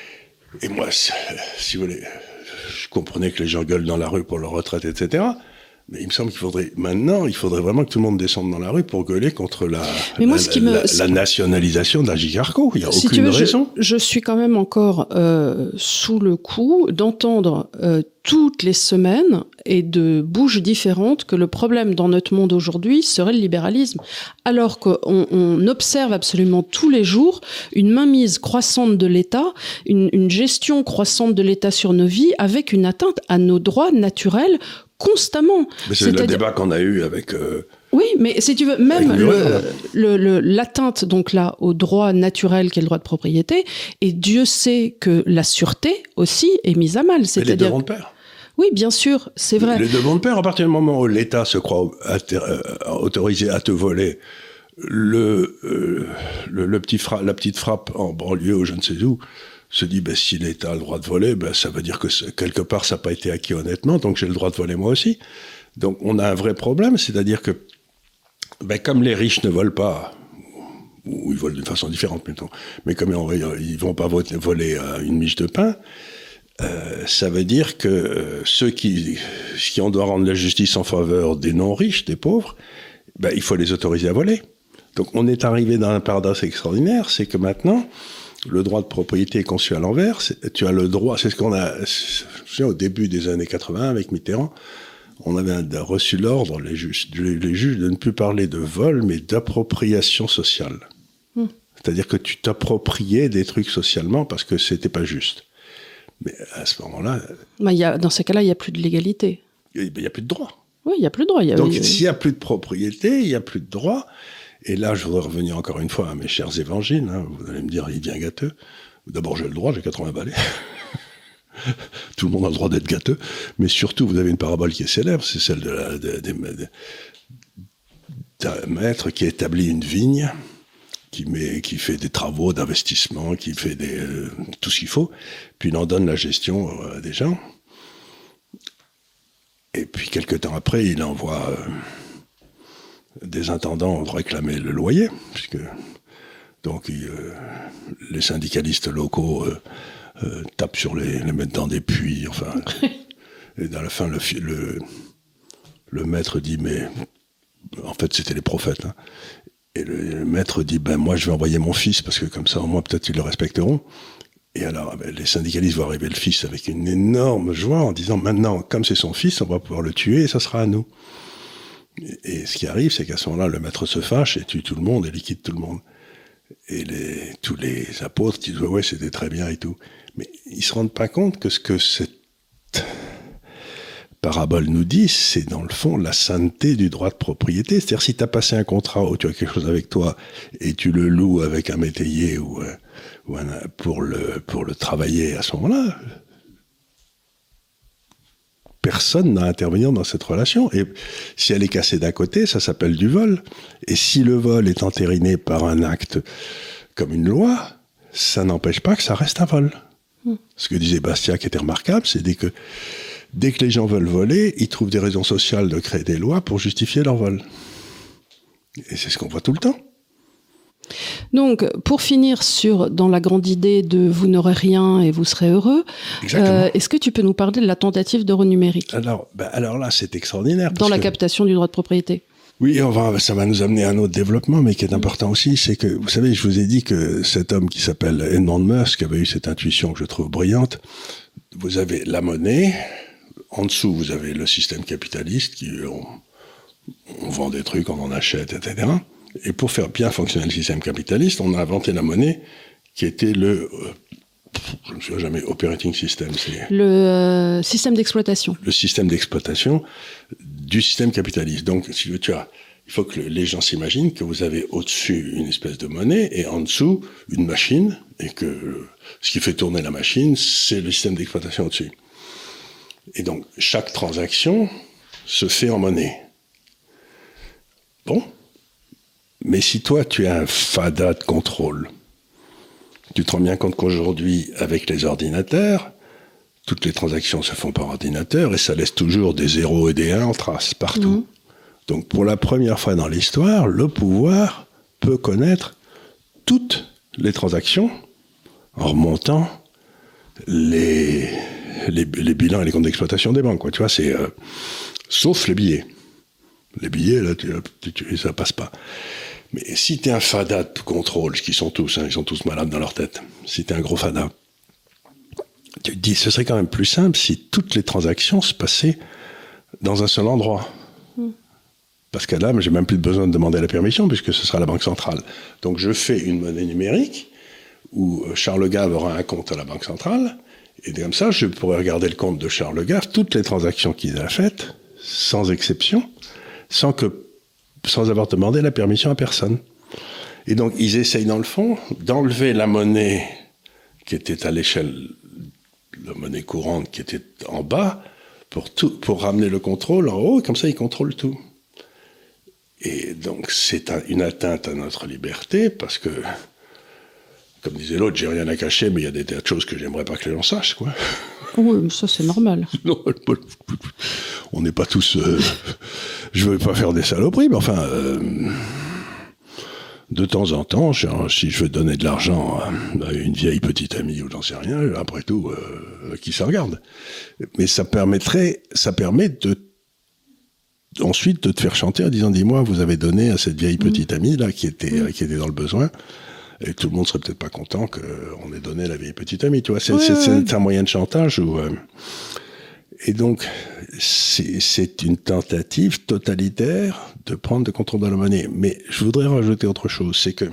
Et moi, si vous voulez, je comprenais que les gens gueulent dans la rue pour leur retraite, et cetera. Mais il me semble qu'il faudrait, maintenant, il faudrait vraiment que tout le monde descende dans la rue pour gueuler contre la, Mais moi, la, ce qui la, me... la, la nationalisation d'Agicarco. Il n'y a si aucune tu veux, raison. Je, je suis quand même encore euh, sous le coup d'entendre euh, toutes les semaines et de bouches différentes que le problème dans notre monde aujourd'hui serait le libéralisme. Alors qu'on on observe absolument tous les jours une mainmise croissante de l'État, une, une gestion croissante de l'État sur nos vies avec une atteinte à nos droits naturels constamment. Mais c'est le débat qu'on a eu avec... Euh, oui, mais si tu veux, même le, le, le, l'atteinte donc là au droit naturel qui est le droit de propriété, et Dieu sait que la sûreté aussi est mise à mal. C'est-à-dire... les deux vont de pair. Oui, bien sûr, c'est vrai. Les deux vont de pair, à partir du moment où l'État se croit autorisé à te voler le, euh, le, le petit fra- la petite frappe en banlieue ou je ne sais où, se dit, ben, si l'État a le droit de voler, ben, ça veut dire que quelque part, ça n'a pas été acquis honnêtement, donc j'ai le droit de voler moi aussi. Donc, on a un vrai problème, c'est-à-dire que, ben, comme les riches ne volent pas, ou ils volent d'une façon différente, plutôt, mais comme ils ne vont pas voler euh, une miche de pain, euh, ça veut dire que euh, ceux qui, qui on doit rendre la justice en faveur des non-riches, des pauvres, ben, il faut les autoriser à voler. Donc, on est arrivé dans un paradoxe extraordinaire, c'est que maintenant, le droit de propriété est conçu à l'envers. C'est, tu as le droit, c'est ce qu'on a, je me souviens, au début des années quatre-vingts avec Mitterrand, on avait un, reçu l'ordre, les juges, les juges, de ne plus parler de vol, mais d'appropriation sociale. Mmh. C'est-à-dire que tu t'appropriais des trucs socialement parce que c'était pas juste. Mais à ce moment-là... Bah, y a, dans ces cas-là, il n'y a plus de légalité. Il n'y a plus de droit. Oui, il n'y a plus de droit. Y a, Donc, y a... s'il n'y a plus de propriété, il n'y a plus de droit. Et là, je voudrais revenir encore une fois à mes chers évangiles. Hein. Vous allez me dire, il devient gâteux. D'abord, j'ai le droit, j'ai quatre-vingts balais. Tout le monde a le droit d'être gâteux. Mais surtout, vous avez une parabole qui est célèbre, c'est celle de la, de, de, de, d'un maître qui établit une vigne, qui, met, qui fait des travaux d'investissement, qui fait des, euh, tout ce qu'il faut, puis il en donne la gestion euh, à des gens. Et puis, quelques temps après, il envoie... Euh, des intendants réclamaient le loyer, puisque donc il, euh, les syndicalistes locaux euh, euh, tapent sur les, les mettent dans des puits, enfin. Et dans la fin, le, le, le maître dit, mais en fait c'était les prophètes, hein, et le, le maître dit, ben moi je vais envoyer mon fils, parce que comme ça au moins peut-être ils le respecteront. Et alors ben, les syndicalistes voient arriver le fils avec une énorme joie en disant, maintenant comme c'est son fils, on va pouvoir le tuer et ça sera à nous. Et ce qui arrive, c'est qu'à ce moment-là, le maître se fâche et tue tout le monde et liquide tout le monde. Et les, tous les apôtres disent, ouais, ouais, c'était très bien et tout. Mais ils se rendent pas compte que ce que cette parabole nous dit, c'est dans le fond la sainteté du droit de propriété. C'est-à-dire, si tu as passé un contrat où tu as quelque chose avec toi et tu le loues avec un métayer ou, euh, ou un, pour, le, pour le travailler à ce moment-là, personne n'a à intervenir dans cette relation. Et si elle est cassée d'un côté, ça s'appelle du vol. Et si le vol est entériné par un acte comme une loi, ça n'empêche pas que ça reste un vol. Mmh. Ce que disait Bastia, qui était remarquable, c'est dès que, dès que les gens veulent voler, ils trouvent des raisons sociales de créer des lois pour justifier leur vol. Et c'est ce qu'on voit tout le temps. Donc, pour finir sur, dans la grande idée de vous n'aurez rien et vous serez heureux, euh, est-ce que tu peux nous parler de la tentative d'euro numérique ? Alors, ben, alors là, c'est extraordinaire. Dans la que... captation du droit de propriété. Oui, on va, ça va nous amener à un autre développement, mais qui est important aussi, c'est que, vous savez, je vous ai dit que cet homme qui s'appelle Elon Musk avait eu cette intuition que je trouve brillante. Vous avez la monnaie, en dessous, vous avez le système capitaliste, qui on, on vend des trucs, on en achète, et cetera. Et pour faire bien fonctionner le système capitaliste, on a inventé la monnaie qui était le, euh, je ne me souviens jamais, operating system. C'est le euh, système d'exploitation. Le système d'exploitation du système capitaliste. Donc, si tu as, il faut que les gens s'imaginent que vous avez au-dessus une espèce de monnaie et en dessous une machine, et que ce qui fait tourner la machine, c'est le système d'exploitation au-dessus. Et donc, chaque transaction se fait en monnaie. Bon. Mais si toi, tu as un fada de contrôle, tu te rends bien compte qu'aujourd'hui, avec les ordinateurs, toutes les transactions se font par ordinateur et ça laisse toujours des zéros et des uns en trace partout. Mmh. Donc, pour la première fois dans l'histoire, le pouvoir peut connaître toutes les transactions en remontant les, les, les bilans et les comptes d'exploitation des banques, quoi. Tu vois, c'est euh, sauf les billets. Les billets, là, tu, tu, tu, ça passe pas. Mais si t'es un fada de contrôle, ce qu'ils sont tous, hein, ils sont tous malades dans leur tête. Si t'es un gros fada, tu te dis, ce serait quand même plus simple si toutes les transactions se passaient dans un seul endroit. Mmh. Parce que là, j'ai même plus besoin de demander la permission puisque ce sera la Banque centrale. Donc je fais une monnaie numérique où Charles Gave aura un compte à la Banque centrale et comme ça, je pourrais regarder le compte de Charles Gave, toutes les transactions qu'il a faites, sans exception, sans que, sans avoir demandé la permission à personne. Et donc, ils essayent dans le fond d'enlever la monnaie qui était à l'échelle, la monnaie courante qui était en bas, pour tout, pour ramener le contrôle en haut, et comme ça, ils contrôlent tout. Et donc, c'est un, une atteinte à notre liberté, parce que, comme disait l'autre, j'ai rien à cacher, mais il y a des tas de choses que j'aimerais pas que les gens sachent, quoi. Oui, mais ça, c'est normal. Non, on n'est pas tous... Euh, je veux pas faire des saloperies, mais enfin... Euh, de temps en temps, si je veux donner de l'argent à une vieille petite amie ou j'en sais rien, après tout, euh, qui ça regarde. Mais ça permettrait, ça permet de ensuite de te faire chanter en disant, dis-moi, vous avez donné à cette vieille petite amie là qui était mmh. qui était dans le besoin, et tout le monde serait peut-être pas content qu'on ait donné à la vieille petite amie, tu vois. C'est, ouais, c'est, ouais. c'est un moyen de chantage où euh, et donc, c'est, c'est une tentative totalitaire de prendre le contrôle de la monnaie. Mais je voudrais rajouter autre chose, c'est que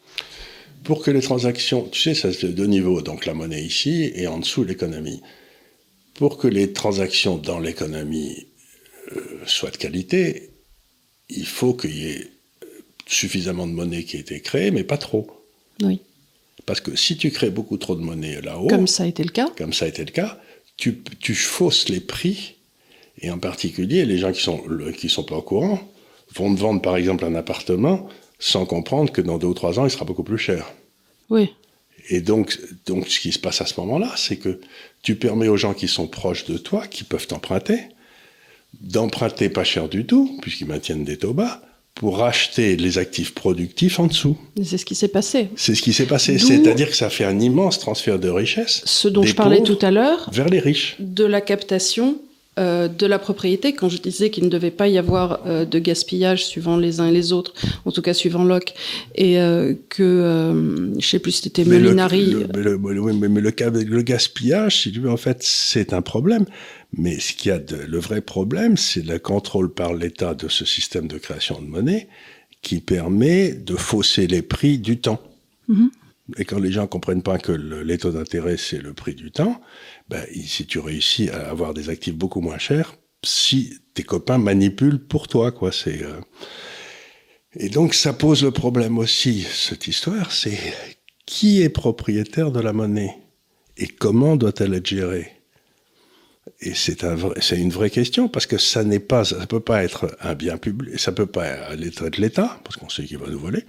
pour que les transactions, tu sais, ça c'est deux niveaux, donc la monnaie ici et en dessous l'économie. Pour que les transactions dans l'économie euh, soient de qualité, il faut qu'il y ait suffisamment de monnaie qui ait été créée, mais pas trop. Oui. Parce que si tu crées beaucoup trop de monnaie là-haut... Comme ça a été le cas. Comme ça a été le cas... Tu, tu fausses les prix, et en particulier, les gens qui sont, qui sont pas au courant vont te vendre, par exemple, un appartement sans comprendre que dans deux ou trois ans, il sera beaucoup plus cher. Oui. Et donc, donc, ce qui se passe à ce moment-là, c'est que tu permets aux gens qui sont proches de toi, qui peuvent t'emprunter, d'emprunter pas cher du tout, puisqu'ils maintiennent des taux bas, pour racheter les actifs productifs en dessous. C'est ce qui s'est passé. C'est ce qui s'est passé. D'où C'est-à-dire que ça fait un immense transfert de richesse. Ce dont je parlais tout à l'heure. Vers les riches. De la captation euh, de la propriété. Quand je disais qu'il ne devait pas y avoir euh, de gaspillage suivant les uns et les autres, en tout cas suivant Locke, et euh, que, euh, je ne sais plus si c'était Molinari. Le, le, le, le, mais le, le gaspillage, si tu veux, en fait, c'est un problème. Mais ce qu'il y a de, le vrai problème, c'est le contrôle par l'État de ce système de création de monnaie qui permet de fausser les prix du temps. Mmh. Et quand les gens comprennent pas que le, les taux d'intérêt, c'est le prix du temps, ben, si tu réussis à avoir des actifs beaucoup moins chers, si tes copains manipulent pour toi, quoi, c'est, euh... Et donc, ça pose le problème aussi, cette histoire, c'est qui est propriétaire de la monnaie? Et comment doit-elle être gérée? Et c'est, un vrai, c'est une vraie question, parce que ça n'est pas, ça peut pas être un bien public, ça peut pas être de l'État, parce qu'on sait qu'il va nous voler.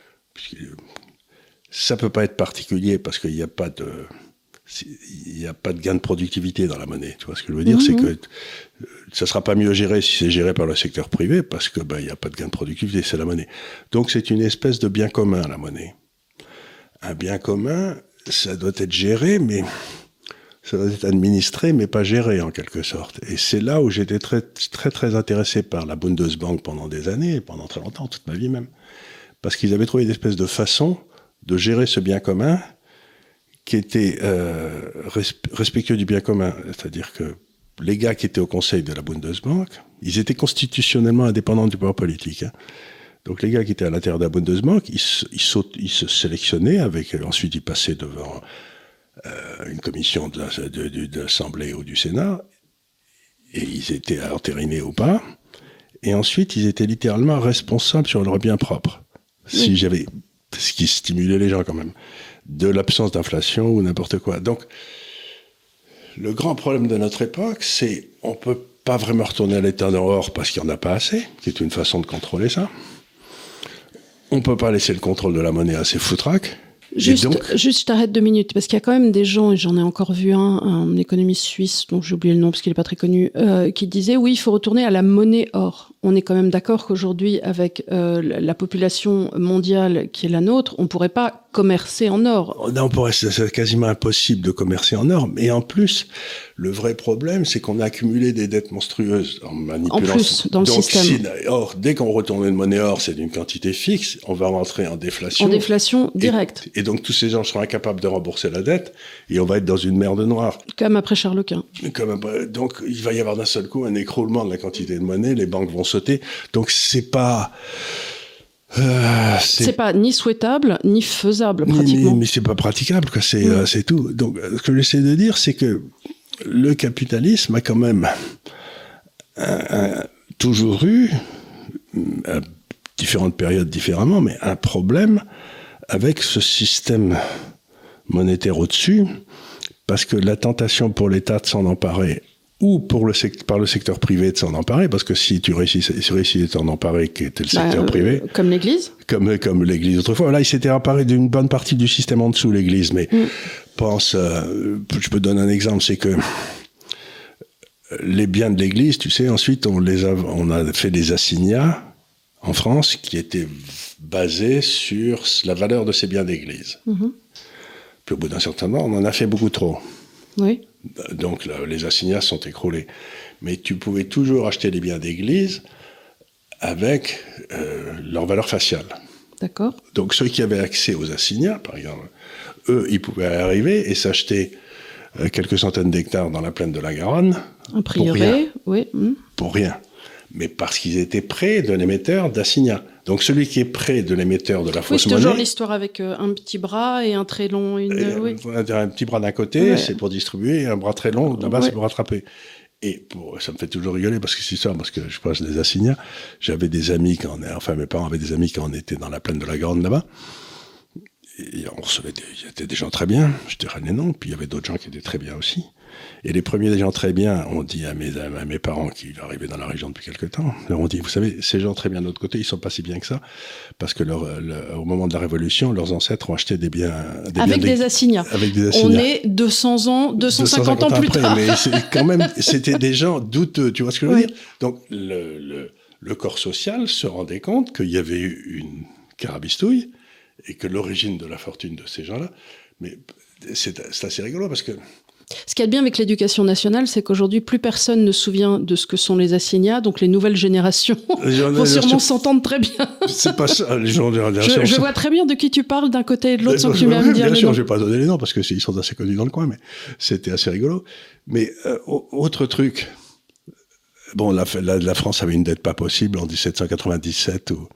Ça peut pas être particulier, parce qu'il n'y a pas de, il n'y a pas de gain de productivité dans la monnaie. Tu vois ce que je veux dire? Mmh. C'est que ça sera pas mieux géré si c'est géré par le secteur privé, parce que, ben, il n'y a pas de gain de productivité, c'est la monnaie. Donc c'est une espèce de bien commun, la monnaie. Un bien commun, ça doit être géré, mais ça doit être administré, mais pas géré, en quelque sorte. Et c'est là où j'étais très, très, très intéressé par la Bundesbank pendant des années, pendant très longtemps, toute ma vie même. Parce qu'ils avaient trouvé une espèce de façon de gérer ce bien commun qui était euh, respectueux du bien commun. C'est-à-dire que les gars qui étaient au conseil de la Bundesbank, ils étaient constitutionnellement indépendants du pouvoir politique. Hein. Donc les gars qui étaient à l'intérieur de la Bundesbank, ils, ils, saut, ils se sélectionnaient, avec, ensuite ils passaient devant euh, une commission de, la, de, de, de l'Assemblée ou du Sénat, et ils étaient entérinés ou pas, et ensuite ils étaient littéralement responsables sur leur bien propre. Oui. Si j'avais, ce qui stimulait les gens quand même, de l'absence d'inflation ou n'importe quoi. Donc, le grand problème de notre époque, c'est on peut pas vraiment retourner à l'état d'or parce qu'il n'y en a pas assez, qui est une façon de contrôler ça. On peut pas laisser le contrôle de la monnaie assez foutraque. Juste, donc... juste, je t'arrête deux minutes, parce qu'il y a quand même des gens, et j'en ai encore vu un, un économiste suisse, dont j'ai oublié le nom parce qu'il n'est pas très connu, euh, qui disait, oui, il faut retourner à la monnaie or. on est quand même d'accord qu'aujourd'hui, avec euh, la population mondiale qui est la nôtre, on ne pourrait pas commercer en or. Non, on pourrait, c'est quasiment impossible de commercer en or. Mais en plus, le vrai problème, c'est qu'on a accumulé des dettes monstrueuses en manipulant. En plus, dans le Donc, système. Si, or, dès qu'on retourne une monnaie or, c'est d'une quantité fixe, on va rentrer en déflation. En déflation directe. Et, et donc, tous ces gens seront incapables de rembourser la dette et on va être dans une merde noire. Comme après Charles Quint. Comme après, donc, il va y avoir d'un seul coup un écroulement de la quantité de monnaie, les banques vont sauter. Donc, c'est pas... Euh, c'est... c'est pas ni souhaitable, ni faisable, ni, pratiquement. Mais, mais c'est pas praticable, quoi. C'est, mmh. euh, c'est tout. Donc, ce que j'essaie de dire, c'est que le capitalisme a quand même un, un, toujours eu, à différentes périodes différemment, mais un problème avec ce système monétaire au-dessus, parce que la tentation pour l'État de s'en emparer, ou pour le sect- par le secteur privé de s'en emparer, parce que si tu réussis, si tu réussis à t'en emparer, qui était le bah, secteur euh, privé... Comme l'Église Comme, comme l'Église autrefois. Là, il s'était emparé d'une bonne partie du système en dessous, l'Église. Mais mm. pense... Euh, je peux te donner un exemple, c'est que les biens de l'Église, tu sais, ensuite, on, les a, on a fait des assignats en France qui étaient basés sur la valeur de ces biens d'Église. Mm-hmm. Puis au bout d'un certain temps, on en a fait beaucoup trop. Oui. Donc là, les assignats sont écroulés. Mais tu pouvais toujours acheter des biens d'église avec euh, leur valeur faciale. D'accord. Donc ceux qui avaient accès aux assignats, par exemple, eux, ils pouvaient arriver et s'acheter euh, quelques centaines d'hectares dans la plaine de la Garonne. Un prieuré, oui. Mmh. Pour rien. Mais parce qu'ils étaient près de l'émetteur d'assignats. Donc celui qui est près de l'émetteur de la fausse monnaie... Oui, c'est toujours l'histoire avec euh, un petit bras et un très long... Une... Et, oui. Un petit bras d'un côté, ouais. c'est pour distribuer, et un bras très long, là-bas, ouais. c'est pour rattraper. Et pour, ça me fait toujours rigoler, parce que c'est ça, parce que je passe des assignats. J'avais des amis, quand on, enfin mes parents avaient des amis quand on était dans la plaine de la Garonne, là-bas. Et on recevait des, il y avait des gens très bien, je dirais les noms, puis il y avait d'autres gens qui étaient très bien aussi. Et les premiers des gens très bien ont dit à mes, à mes parents qui arrivaient dans la région depuis quelque temps, leur ont dit, vous savez, ces gens très bien de l'autre côté, ils sont pas si bien que ça, parce que leur, leur, au moment de la Révolution, leurs ancêtres ont acheté des biens... Des avec, biens des des, assignats. avec des assignats. On est deux cents ans, deux cent cinquante ans plus après, tard. Mais c'est quand même, c'était des gens douteux, tu vois ce que je veux oui. dire? Donc, le, le, le corps social se rendait compte qu'il y avait eu une carabistouille, et que l'origine de la fortune de ces gens-là, mais c'est, c'est assez rigolo parce que... Ce qu'il y a de bien avec l'éducation nationale, c'est qu'aujourd'hui, plus personne ne se souvient de ce que sont les assignats, donc les nouvelles générations les vont sûrement s'entendre très bien. C'est pas ça, les gens de la génération. Je, je vois très bien de qui tu parles d'un côté et de l'autre sans que tu m'aimes dire bien les sûr, noms. Je vais pas donner les noms parce que ils sont assez connus dans le coin, mais c'était assez rigolo. Mais euh, autre truc, bon, la, la, la France avait une dette pas possible en dix-sept cent quatre-vingt-dix-sept où...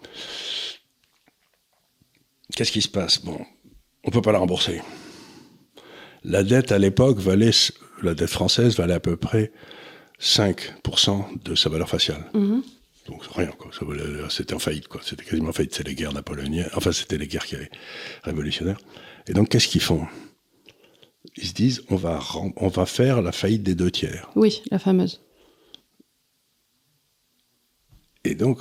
Qu'est-ce qui se passe? Bon, on peut pas la rembourser. La dette, à l'époque, valait, la dette française valait à peu près cinq pour cent de sa valeur faciale. Mm-hmm. Donc, rien, quoi. Ça valait, c'était en faillite, quoi. C'était quasiment en faillite. C'est les guerres napoléoniennes. Enfin, c'était les guerres qui avaient révolutionnaires. Et donc, qu'est-ce qu'ils font? Ils se disent, on va, on va faire la faillite des deux tiers. Oui, la fameuse. Et donc,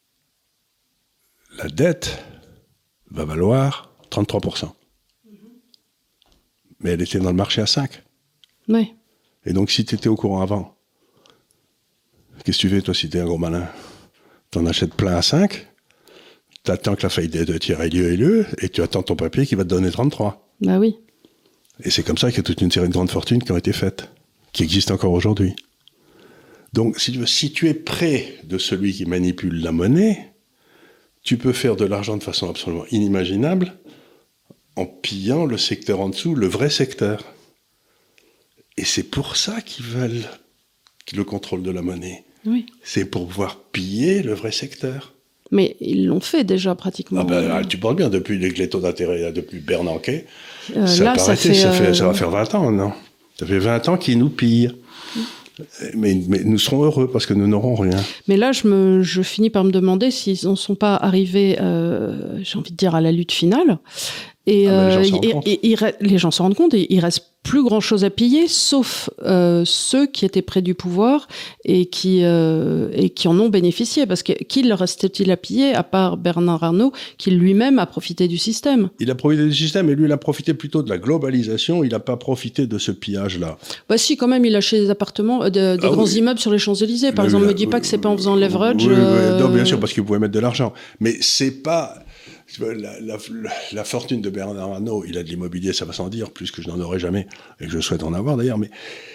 la dette va valoir trente-trois pour cent. Mais elle était dans le marché à cinq. Oui. Et donc, si tu étais au courant avant, qu'est-ce que tu fais, toi, si tu es un gros malin? Tu en achètes plein à cinq, tu attends que la faillite des deux tiers ait lieu, ait lieu, et tu attends ton papier qui va te donner trente-trois. Bah oui. Et c'est comme ça qu'il y a toute une série de grandes fortunes qui ont été faites, qui existent encore aujourd'hui. Donc, si tu veux, si tu es près de celui qui manipule la monnaie, tu peux faire de l'argent de façon absolument inimaginable en pillant le secteur en dessous, le vrai secteur. Et c'est pour ça qu'ils veulent le contrôle de la monnaie. Oui. C'est pour pouvoir piller le vrai secteur. Mais ils l'ont fait déjà pratiquement. Ah ben, tu parles bien, depuis les taux d'intérêt, depuis Bernanke, euh, ça, là, ça, fait, ça, fait, euh... ça va faire vingt ans, non? Ça fait vingt ans qu'ils nous pillent. Mmh. Mais, mais nous serons heureux parce que nous n'aurons rien. Mais là, je, me, je finis par me demander s'ils n'en sont pas arrivés, euh, j'ai envie de dire, à la lutte finale. Et, ah euh, les, gens et, et, et, les gens se rendent compte et il reste plus grand-chose à piller, sauf euh, ceux qui étaient près du pouvoir et qui, euh, et qui en ont bénéficié. Parce que qui leur restait-il à piller, à part Bernard Arnault, qui lui-même a profité du système? Il a profité du système, et lui, il a profité plutôt de la globalisation. Il n'a pas profité de ce pillage-là. Bah si, quand même, il a acheté des appartements, euh, de, des ah, grands oui. immeubles sur les Champs-Élysées. Par oui, exemple, ne me dis pas que c'est pas en faisant leverage. Oui, euh... oui, non, bien sûr, parce qu'il pouvait mettre de l'argent. Mais c'est pas... La, la, la fortune de Bernard Arnault, il a de l'immobilier, ça va sans dire, plus que je n'en aurai jamais, et que je souhaite en avoir d'ailleurs, mais,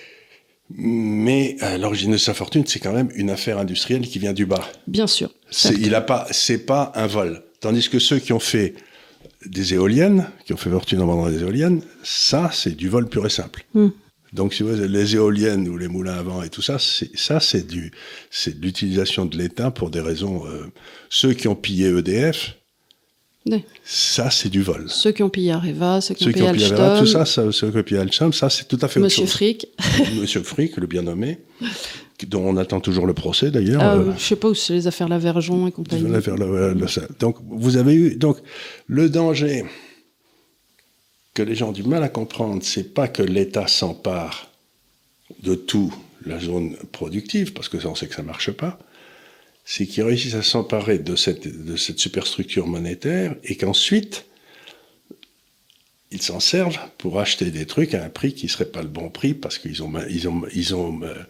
mais à l'origine de sa fortune, c'est quand même une affaire industrielle qui vient du bas. Bien sûr. C'est, il a pas, c'est pas un vol. Tandis que ceux qui ont fait des éoliennes, qui ont fait fortune en vendant des éoliennes, ça, c'est du vol pur et simple. Mm. Donc, si vous voyez, les éoliennes ou les moulins à vent et tout ça, c'est, ça, c'est du, c'est de l'utilisation de l'État pour des raisons, euh, ceux qui ont pillé E D F, oui. Ça, c'est du vol. Ceux qui ont pillé Areva, ceux qui ceux ont pillé Alstom. Areva, tout ça, ça, ceux qui ont pillé Alstom, ça, c'est tout à fait Monsieur autre chose. Frick. Monsieur Frick, le bien nommé, dont on attend toujours le procès, d'ailleurs. Euh, euh, je ne sais pas où c'est les affaires Lavergeon et compagnie. Les affaires Lavergeon. Donc, vous avez eu... Donc, le danger que les gens ont du mal à comprendre, c'est pas que l'État s'empare de tout la zone productive, parce que ça, on sait que ça ne marche pas, c'est qu'ils réussissent à s'emparer de cette, de cette superstructure monétaire et qu'ensuite, ils s'en servent pour acheter des trucs à un prix qui ne serait pas le bon prix parce qu'ils ont... Ils ont, ils ont euh,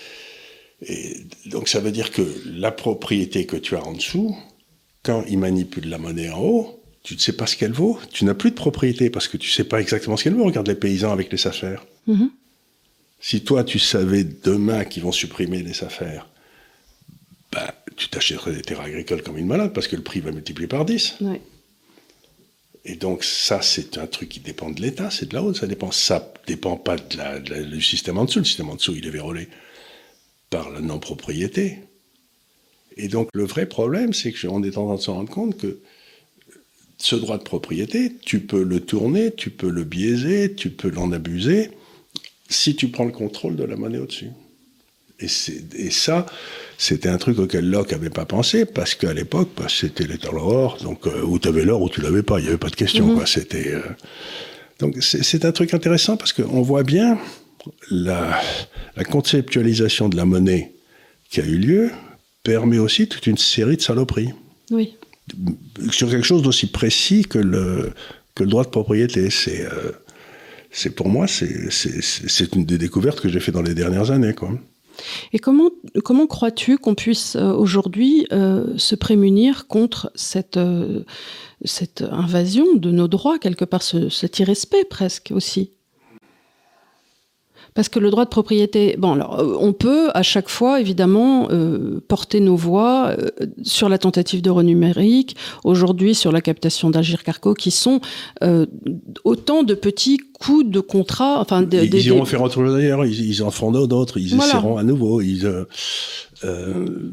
et donc ça veut dire que la propriété que tu as en dessous, quand ils manipulent la monnaie en haut, tu ne sais pas ce qu'elle vaut, tu n'as plus de propriété parce que tu ne sais pas exactement ce qu'elle vaut. Regarde les paysans avec les affaires. Mm-hmm. Si toi, tu savais demain qu'ils vont supprimer les affaires, ben, tu t'achèterais des terres agricoles comme une malade parce que le prix va multiplier par dix. Oui. Et donc ça, c'est un truc qui dépend de l'État, c'est de la haute, ça dépend, ça dépend pas de la, de la, du système en dessous. Le système en dessous, il est vérolé par la non-propriété. Et donc le vrai problème, c'est qu'on est en train de se rendre compte que ce droit de propriété, tu peux le tourner, tu peux le biaiser, tu peux l'en abuser si tu prends le contrôle de la monnaie au-dessus. Et, c'est, et ça, c'était un truc auquel Locke n'avait pas pensé, parce qu'à l'époque, bah, c'était l'état l'or, donc euh, où tu avais l'or ou tu l'avais pas, il n'y avait pas de question. Mm-hmm. Quoi, c'était, euh... Donc c'est, c'est un truc intéressant, parce qu'on voit bien la, la conceptualisation de la monnaie qui a eu lieu permet aussi toute une série de saloperies. Oui. Sur quelque chose d'aussi précis que le, que le droit de propriété. C'est, euh, c'est pour moi, c'est, c'est, c'est une des découvertes que j'ai fait dans les dernières années, quoi. Et comment, comment crois-tu qu'on puisse euh, aujourd'hui euh, se prémunir contre cette, euh, cette invasion de nos droits, quelque part, ce, cet irrespect presque aussi ? Parce que le droit de propriété, bon, alors, on peut à chaque fois, évidemment, euh, porter nos voix euh, sur la tentative d'euro numérique, aujourd'hui sur la captation d'Agir Carco, qui sont euh, autant de petits coups de contrat. Enfin, de, ils, de, ils iront des... faire autre chose d'ailleurs, ils, ils en feront d'autres, ils voilà. essaieront à nouveau. Ils, euh, euh,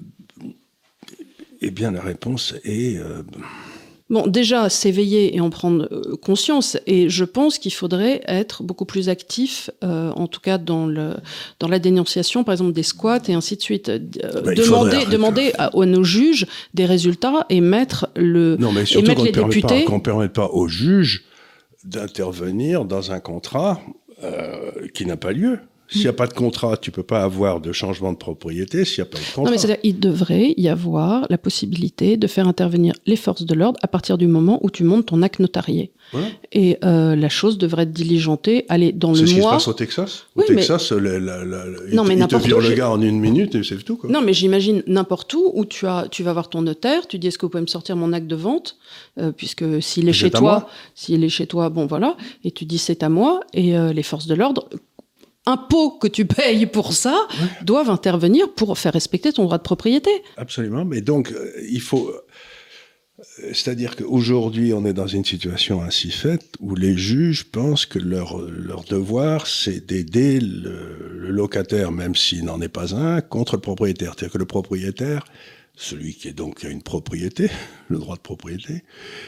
eh bien, la réponse est... Euh... Bon, déjà, s'éveiller et en prendre euh, conscience. Et je pense qu'il faudrait être beaucoup plus actif, euh, en tout cas dans, le, dans la dénonciation, par exemple, des squats et ainsi de suite. Euh, bah, demander demander à, à nos juges des résultats et mettre, le, non, mais surtout et mettre qu'on les ne députés... qu'on ne permette pas aux juges d'intervenir dans un contrat euh, qui n'a pas lieu. S'il n'y a pas de contrat, tu ne peux pas avoir de changement de propriété. S'il n'y a pas de contrat... Non, mais c'est-à-dire il devrait y avoir la possibilité de faire intervenir les forces de l'ordre à partir du moment où tu montes ton acte notarié. Ouais. Et euh, la chose devrait être diligentée, aller dans c'est le mois... C'est ce qui se passe au Texas. Au oui, Texas, mais... la, la, la, la, non, il, mais te, il te vire le gars en une minute et c'est tout. Quoi. Non, mais j'imagine n'importe où où tu, as, tu vas voir ton notaire, tu dis est-ce que vous pouvez me sortir mon acte de vente euh, puisque s'il est, chez toi, s'il est chez toi, bon voilà, et tu dis c'est à moi, et euh, les forces de l'ordre... impôts que tu payes pour ça, ouais. doivent intervenir pour faire respecter ton droit de propriété. Absolument, mais donc euh, il faut... C'est-à-dire qu'aujourd'hui, on est dans une situation ainsi faite où les juges pensent que leur, leur devoir, c'est d'aider le, le locataire, même s'il n'en est pas un, contre le propriétaire. C'est-à-dire que le propriétaire, celui qui est donc qui a une propriété, le droit de propriété,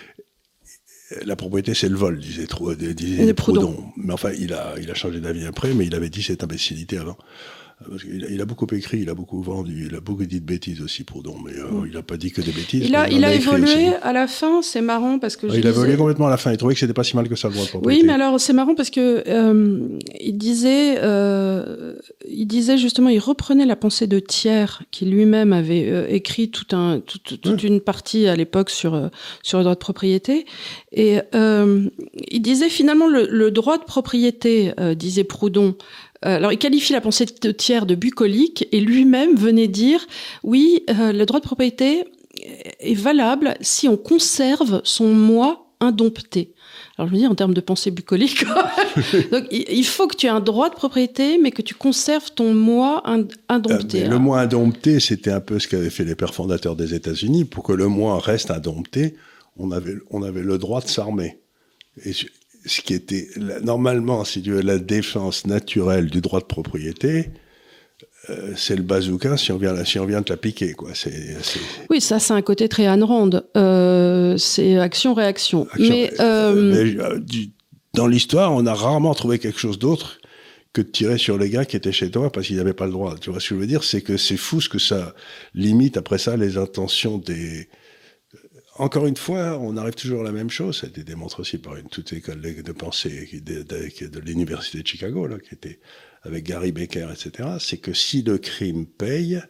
la propriété, c'est le vol, disait, disait Proudhon. Mais enfin, il a, il a changé d'avis après, mais il avait dit cette imbécilité avant. Parce qu'il a, il a beaucoup écrit, il a beaucoup vendu, il a beaucoup dit de bêtises aussi, Proudhon, mais euh, mmh. il n'a pas dit que des bêtises. Il a, il, il a, a évolué aussi. À la fin, c'est marrant parce que. Ouais, je il a disais... évolué complètement à la fin. Il trouvait que c'était pas si mal que ça le droit de propriété. Oui, mais alors c'est marrant parce que euh, il disait, euh, il disait justement, il reprenait la pensée de Thiers, qui lui-même avait euh, écrit tout un, tout, toute mmh. une partie à l'époque sur euh, sur le droit de propriété, et euh, il disait finalement le, le droit de propriété, euh, disait Proudhon. Alors, il qualifie la pensée de Thiers de bucolique et lui-même venait dire « Oui, euh, le droit de propriété est valable si on conserve son moi indompté. » Alors, je me dis, en termes de pensée bucolique, donc, il faut que tu aies un droit de propriété, mais que tu conserves ton moi indompté. Euh, le moi indompté, c'était un peu ce qu'avaient fait les pères fondateurs des États-Unis. Pour que le moi reste indompté, on avait, on avait le droit de s'armer. Et ce qui était, normalement, si tu veux, la défense naturelle du droit de propriété, euh, c'est le bazooka si on vient, si on vient te la piquer, quoi. C'est, c'est... Oui, ça, c'est un côté très Ayn Rand. Euh, c'est action-réaction. Action, mais, euh... mais euh, du, dans l'histoire, on a rarement trouvé quelque chose d'autre que de tirer sur les gars qui étaient chez toi parce qu'ils n'avaient pas le droit. Tu vois ce que je veux dire? C'est que c'est fou ce que ça limite, après ça, les intentions des... Encore une fois, on arrive toujours à la même chose. Ça a été démontré aussi par une toute école de pensée de, de, de l'université de Chicago, là, qui était avec Gary Becker, et cetera. C'est que si le crime paye,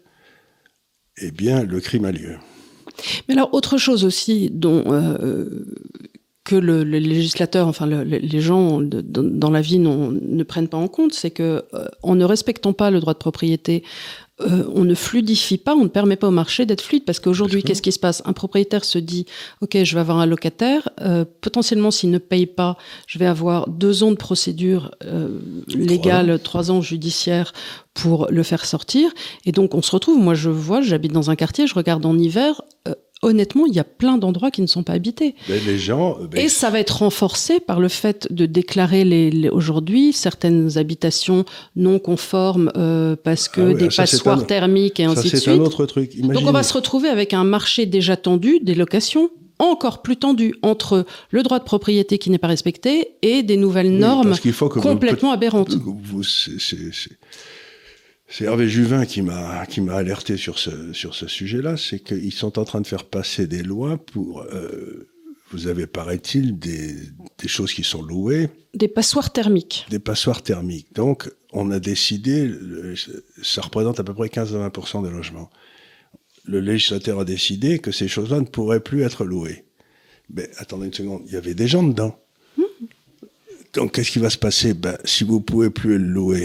eh bien, le crime a lieu. Mais alors, autre chose aussi dont euh, que le, le législateur, enfin le, les gens de, de, dans la vie ne prennent pas en compte, c'est que euh, en ne respectant pas le droit de propriété, Euh, on ne fluidifie pas, on ne permet pas au marché d'être fluide, parce qu'aujourd'hui, qu'est-ce qui se passe? Un propriétaire se dit, ok, je vais avoir un locataire, euh, potentiellement s'il ne paye pas, je vais avoir deux ans de procédure euh, légale, trois ans judiciaire pour le faire sortir, et donc on se retrouve, moi je vois, j'habite dans un quartier, je regarde en hiver, euh, honnêtement, il y a plein d'endroits qui ne sont pas habités. Ben, les gens, ben... Et ça va être renforcé par le fait de déclarer les, les, aujourd'hui certaines habitations non conformes euh, parce que ah oui, des ça, passoires un... thermiques et ça, ainsi de suite. C'est un autre truc. Imagine... Donc on va se retrouver avec un marché déjà tendu des locations, encore plus tendu entre le droit de propriété qui n'est pas respecté et des nouvelles normes oui, complètement vous... aberrantes. Vous, c'est, c'est, c'est... C'est Hervé Juvin qui m'a qui m'a alerté sur ce sur ce sujet-là, c'est qu'ils sont en train de faire passer des lois pour euh, vous avez paraît-il des des choses qui sont louées, des passoires thermiques. Des passoires thermiques. Donc on a décidé, ça représente à peu près quinze à vingt pour cent des logements. Le législateur a décidé que ces choses-là ne pourraient plus être louées. Mais attendez une seconde, il y avait des gens dedans. Mmh. Donc qu'est-ce qui va se passer? Ben si vous pouvez plus le louer,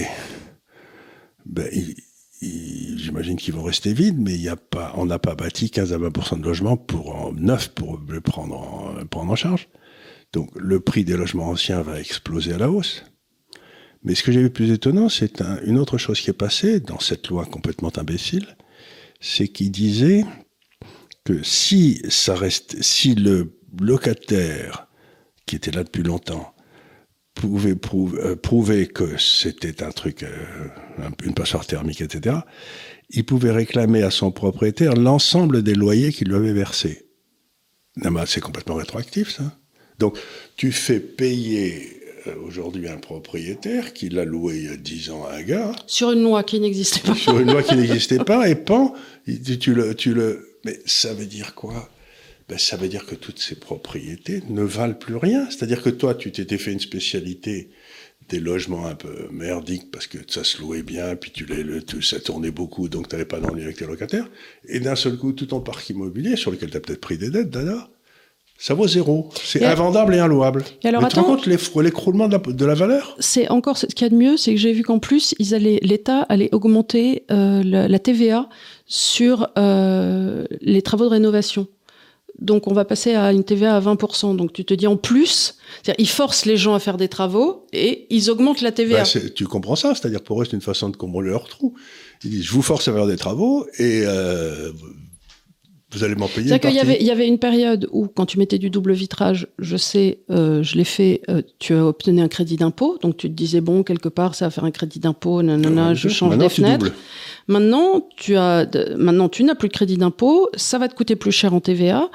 ben, il, il, j'imagine qu'ils vont rester vides, mais il y a pas, on n'a pas bâti quinze à vingt pour cent de logements pour en neuf pour le prendre en, prendre en charge. Donc, le prix des logements anciens va exploser à la hausse. Mais ce que j'ai vu plus étonnant, c'est un, une autre chose qui est passée dans cette loi complètement imbécile, c'est qu'il disait que si ça reste, si le locataire qui était là depuis longtemps pouvait prouver, euh, prouver que c'était un truc, euh, une passoire thermique, et cetera, il pouvait réclamer à son propriétaire l'ensemble des loyers qu'il lui avait versés. Non, mais c'est complètement rétroactif, ça. Donc, tu fais payer euh, aujourd'hui un propriétaire qui l'a loué il y a dix ans à un gars. Sur une loi qui n'existait pas. Sur une loi qui n'existait pas, et pan, tu, tu le, tu le... Mais ça veut dire quoi? Ben, ça veut dire que toutes ces propriétés ne valent plus rien. C'est-à-dire que toi, tu t'étais fait une spécialité des logements un peu merdiques parce que ça se louait bien, puis tu les, le, tu, ça tournait beaucoup, donc tu n'avais pas d'ennui avec tes locataires. Et d'un seul coup, tout ton parc immobilier, sur lequel tu as peut-être pris des dettes, Dada, ça vaut zéro. C'est et invendable et inlouable. Et alors, mais attends, tu te rends compte les, l'écroulement de la, de la valeur? C'est encore ce qu'il y a de mieux, c'est que j'ai vu qu'en plus, ils allaient, l'État allait augmenter euh, la, la T V A sur euh, les travaux de rénovation. Donc, on va passer à une T V A à vingt pour cent. Donc, tu te dis en plus, c'est-à-dire, ils forcent les gens à faire des travaux et ils augmentent la T V A. Ben, c'est, tu comprends ça? C'est-à-dire, pour eux, c'est une façon de combler leur trou. Ils disent, je vous force à faire des travaux et euh, vous allez m'en payer. C'est-à-dire qu'il y avait, il y avait une période où, quand tu mettais du double vitrage, je sais, euh, je l'ai fait, euh, tu as obtenu un crédit d'impôt. Donc, tu te disais, bon, quelque part, ça va faire un crédit d'impôt, nanana, je change des fenêtres. Maintenant, tu as, de, maintenant, tu n'as plus de crédit d'impôt, ça va te coûter plus cher en T V A,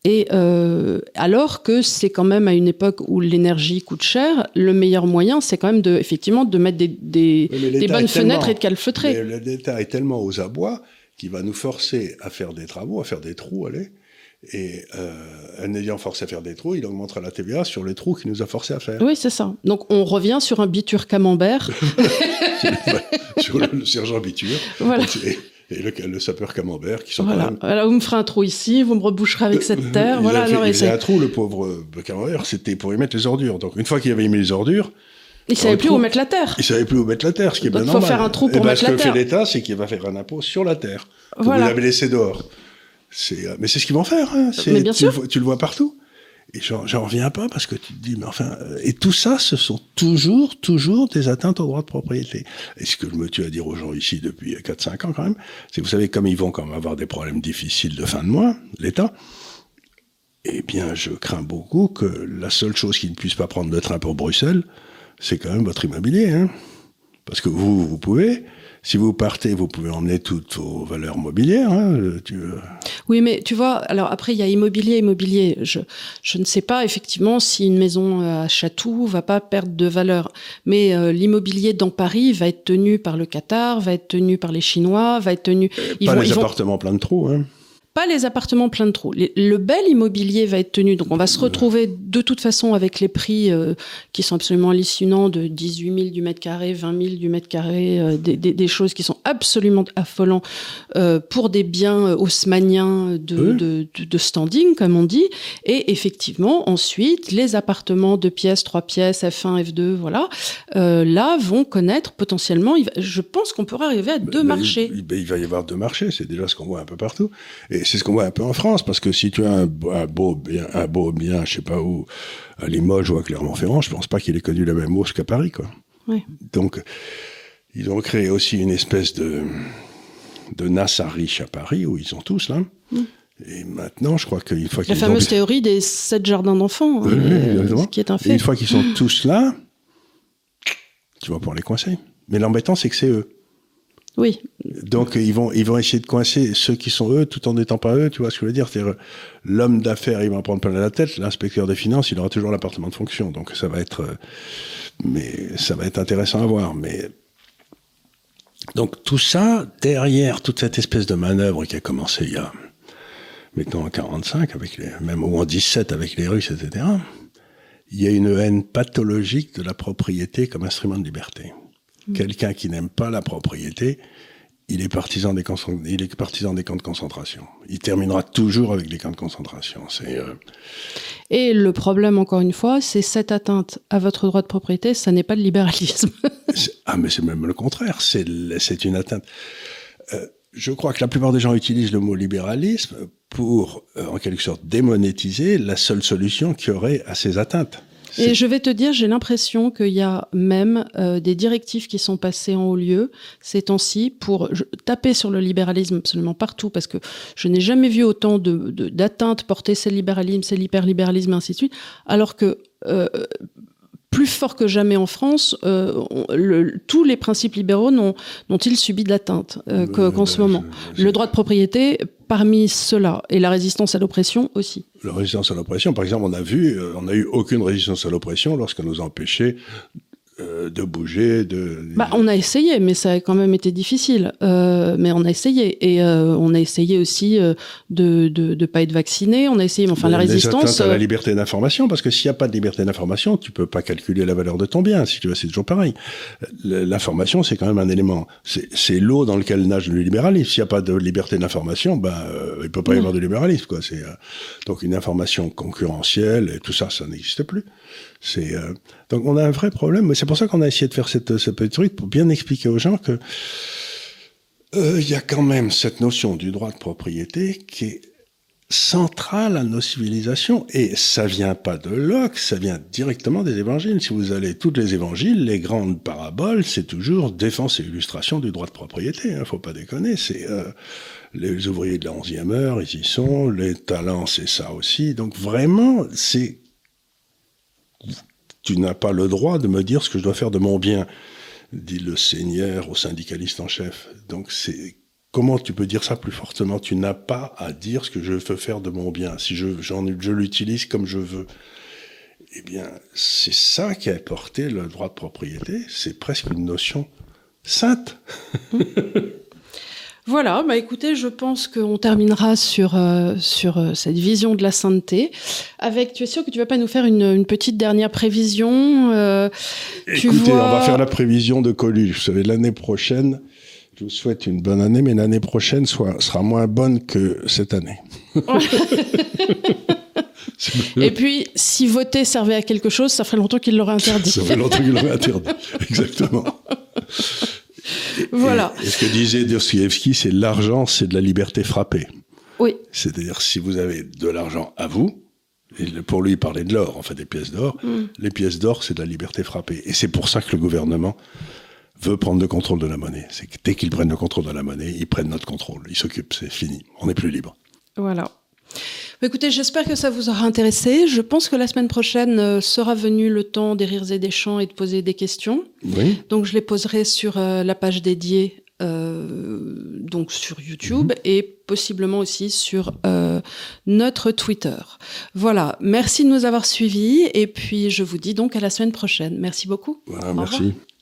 Et euh, alors que c'est quand même à une époque où l'énergie coûte cher, le meilleur moyen, c'est quand même de, effectivement de mettre des, des, oui, des bonnes fenêtres tellement, et de calfeutrer. L'État est tellement aux abois qu'il va nous forcer à faire des travaux, à faire des trous, allez. Et euh, en ayant forcé à faire des trous, il augmentera la T V A sur les trous qu'il nous a forcé à faire. Oui, c'est ça. Donc on revient sur un bitur camembert. Sur le, le sergent bitur. Voilà. Et, et le, le sapeur camembert qui sont voilà. quand même... Voilà, vous me ferez un trou ici, vous me reboucherez avec cette terre. il voilà, fait, non, il faisait un trou, le pauvre camembert, c'était pour y mettre les ordures. Donc une fois qu'il avait mis les ordures... Il ne savait plus trou, où mettre la terre. Il ne savait plus où mettre la terre, ce qui est Donc bien normal. il faut faire un trou pour ben, mettre la terre. Ce que fait l'État, c'est qu'il va faire un impôt sur la terre. Que voilà. Vous l'avez laissé dehors. C'est, mais c'est ce qu'ils vont faire. Hein. C'est, mais bien tu, sûr. Le, tu le vois partout. Et j'en, j'en reviens pas parce que tu te dis, mais enfin... Et tout ça, ce sont toujours, toujours des atteintes au droit de propriété. Et ce que je me tue à dire aux gens ici depuis quatre cinq ans quand même, c'est que vous savez, comme ils vont quand même avoir des problèmes difficiles de fin de mois, l'État, eh bien, je crains beaucoup que la seule chose qu'ils ne puissent pas prendre de train pour Bruxelles, c'est quand même votre immobilier. Hein. Parce que vous, vous pouvez... Si vous partez, vous pouvez emmener toutes vos valeurs mobilières. Hein, tu... Oui, mais tu vois, alors après, il y a immobilier, immobilier. Je, je ne sais pas, effectivement, si une maison à Chatou va pas perdre de valeur. Mais euh, l'immobilier dans Paris va être tenu par le Qatar, va être tenu par les Chinois, va être tenu... Ils pas vont, les ils appartements vont... pleins de trous, hein. Pas les appartements pleins de trous. Les, le bel immobilier va être tenu. Donc, on va se retrouver de toute façon avec les prix euh, qui sont absolument hallucinants de dix-huit mille du mètre carré, vingt mille du mètre carré, euh, des, des, des choses qui sont absolument affolants euh, pour des biens haussmanniens de, oui. de, de, de standing, comme on dit. Et effectivement, ensuite, les appartements deux pièces, trois pièces, F un, F deux, voilà, euh, là, vont connaître potentiellement, il va, je pense qu'on pourra arriver à deux ben, marchés. Il, ben, il va y avoir deux marchés, c'est déjà ce qu'on voit un peu partout. Et c'est ce qu'on voit un peu en France, parce que si tu as un, un beau bien, un beau bien, je sais pas où, à Limoges ou à Clermont-Ferrand, je pense pas qu'il ait connu la même hausse qu'à Paris, quoi. Oui. Donc, ils ont créé aussi une espèce de, de Nassau riche à Paris, où ils sont tous là. Mm. Et maintenant, je crois qu'une fois qu'ils La fameuse ont... théorie des sept jardins d'enfants, hein, oui, euh, ce qui est un fait. Et une fois qu'ils sont tous là, tu vas pouvoir les coincer. Mais l'embêtant, c'est que c'est eux. Oui. Donc ils vont ils vont essayer de coincer ceux qui sont eux tout en n'étant pas eux, tu vois ce que je veux dire, c'est-à-dire l'homme d'affaires il va en prendre plein la tête, l'inspecteur des finances il aura toujours l'appartement de fonction, donc ça va être mais ça va être intéressant à voir, mais donc tout ça derrière toute cette espèce de manœuvre qui a commencé il y a maintenant en quarante-cinq avec les même ou en dix-sept avec les Russes, et cetera, il y a une haine pathologique de la propriété comme instrument de liberté. Quelqu'un qui n'aime pas la propriété, il est partisan des, con- il est partisan des camps de concentration. Il terminera toujours avec des camps de concentration. C'est, euh... Et le problème, encore une fois, c'est cette atteinte à votre droit de propriété, ça n'est pas de libéralisme. ah, mais c'est même le contraire. C'est, c'est une atteinte. Euh, je crois que la plupart des gens utilisent le mot libéralisme pour, euh, en quelque sorte, démonétiser la seule solution qu'il y aurait à ces atteintes. Et je vais te dire, j'ai l'impression qu'il y a même euh, des directives qui sont passées en haut lieu ces temps-ci pour je, taper sur le libéralisme absolument partout, parce que je n'ai jamais vu autant de, de, d'atteintes portées, c'est le libéralisme, c'est l'hyperlibéralisme, et ainsi de suite, alors que... Euh, plus fort que jamais en France, euh, on, le, tous les principes libéraux n'ont, n'ont-ils subi de l'atteinte euh, qu'en ben, ce moment. Je, je, le droit de propriété, parmi ceux-là, et la résistance à l'oppression aussi. La résistance à l'oppression, par exemple, on a vu, euh, on n'a eu aucune résistance à l'oppression lorsqu'on nous empêchait euh, de bouger, de... Bah, on a essayé, mais ça a quand même été difficile. Euh, mais on a essayé. Et euh, on a essayé aussi euh, de de de pas être vacciné. On a essayé, mais enfin, mais la résistance... à la liberté d'information, parce que s'il n'y a pas de liberté d'information, tu peux pas calculer la valeur de ton bien. Si tu veux, c'est toujours pareil. L'information, c'est quand même un élément... C'est, c'est l'eau dans lequel nage le libéralisme. S'il n'y a pas de liberté d'information, ben, euh, il peut pas y avoir de libéralisme, quoi. C'est, euh, donc, une information concurrentielle, et tout ça, ça n'existe plus. C'est, euh, donc on a un vrai problème, mais c'est pour ça qu'on a essayé de faire cette, ce petit truc pour bien expliquer aux gens que euh, y a quand même cette notion du droit de propriété qui est centrale à nos civilisations, et ça vient pas de Locke, ça vient directement des évangiles. Si vous allez tous les évangiles, les grandes paraboles, c'est toujours défense et illustration du droit de propriété, hein, faut pas déconner, c'est euh, les ouvriers de la onzième heure, ils y sont, les talents, c'est ça aussi, donc vraiment, c'est tu n'as pas le droit de me dire ce que je dois faire de mon bien, dit le Seigneur au syndicaliste en chef. Donc c'est comment tu peux dire ça plus fortement? Tu n'as pas à dire ce que je veux faire de mon bien. Si je, j'en, je l'utilise comme je veux. Eh bien, c'est ça qui a porté le droit de propriété. C'est presque une notion sainte. Voilà, bah écoutez, je pense qu'on terminera sur, euh, sur euh, cette vision de la sainteté. Avec, tu es sûr que tu vas pas nous faire une, une petite dernière prévision euh, Écoutez, tu vois... on va faire la prévision de Coluche. Vous savez, l'année prochaine, je vous souhaite une bonne année, mais l'année prochaine soit, sera moins bonne que cette année. Et puis, si voter servait à quelque chose, ça ferait longtemps qu'il l'aurait interdit. Ça fait longtemps qu'il l'aurait interdit, exactement. Voilà. Et, et ce que disait Dostoïevski, c'est l'argent, c'est de la liberté frappée. Oui. C'est-à-dire, si vous avez de l'argent à vous, et pour lui, il parlait de l'or, en fait, des pièces d'or, mm. les pièces d'or, c'est de la liberté frappée. Et c'est pour ça que le gouvernement veut prendre le contrôle de la monnaie. C'est que dès qu'ils prennent le contrôle de la monnaie, ils prennent notre contrôle. Ils s'occupent, c'est fini. On n'est plus libre. Voilà. Écoutez, j'espère que ça vous aura intéressé. Je pense que la semaine prochaine euh, sera venu le temps des rires et des chants et de poser des questions. Oui. Donc, je les poserai sur euh, la page dédiée, euh, donc sur YouTube, mmh. et possiblement aussi sur euh, notre Twitter. Voilà. Merci de nous avoir suivis. Et puis, je vous dis donc à la semaine prochaine. Merci beaucoup. Voilà, merci. Revoir.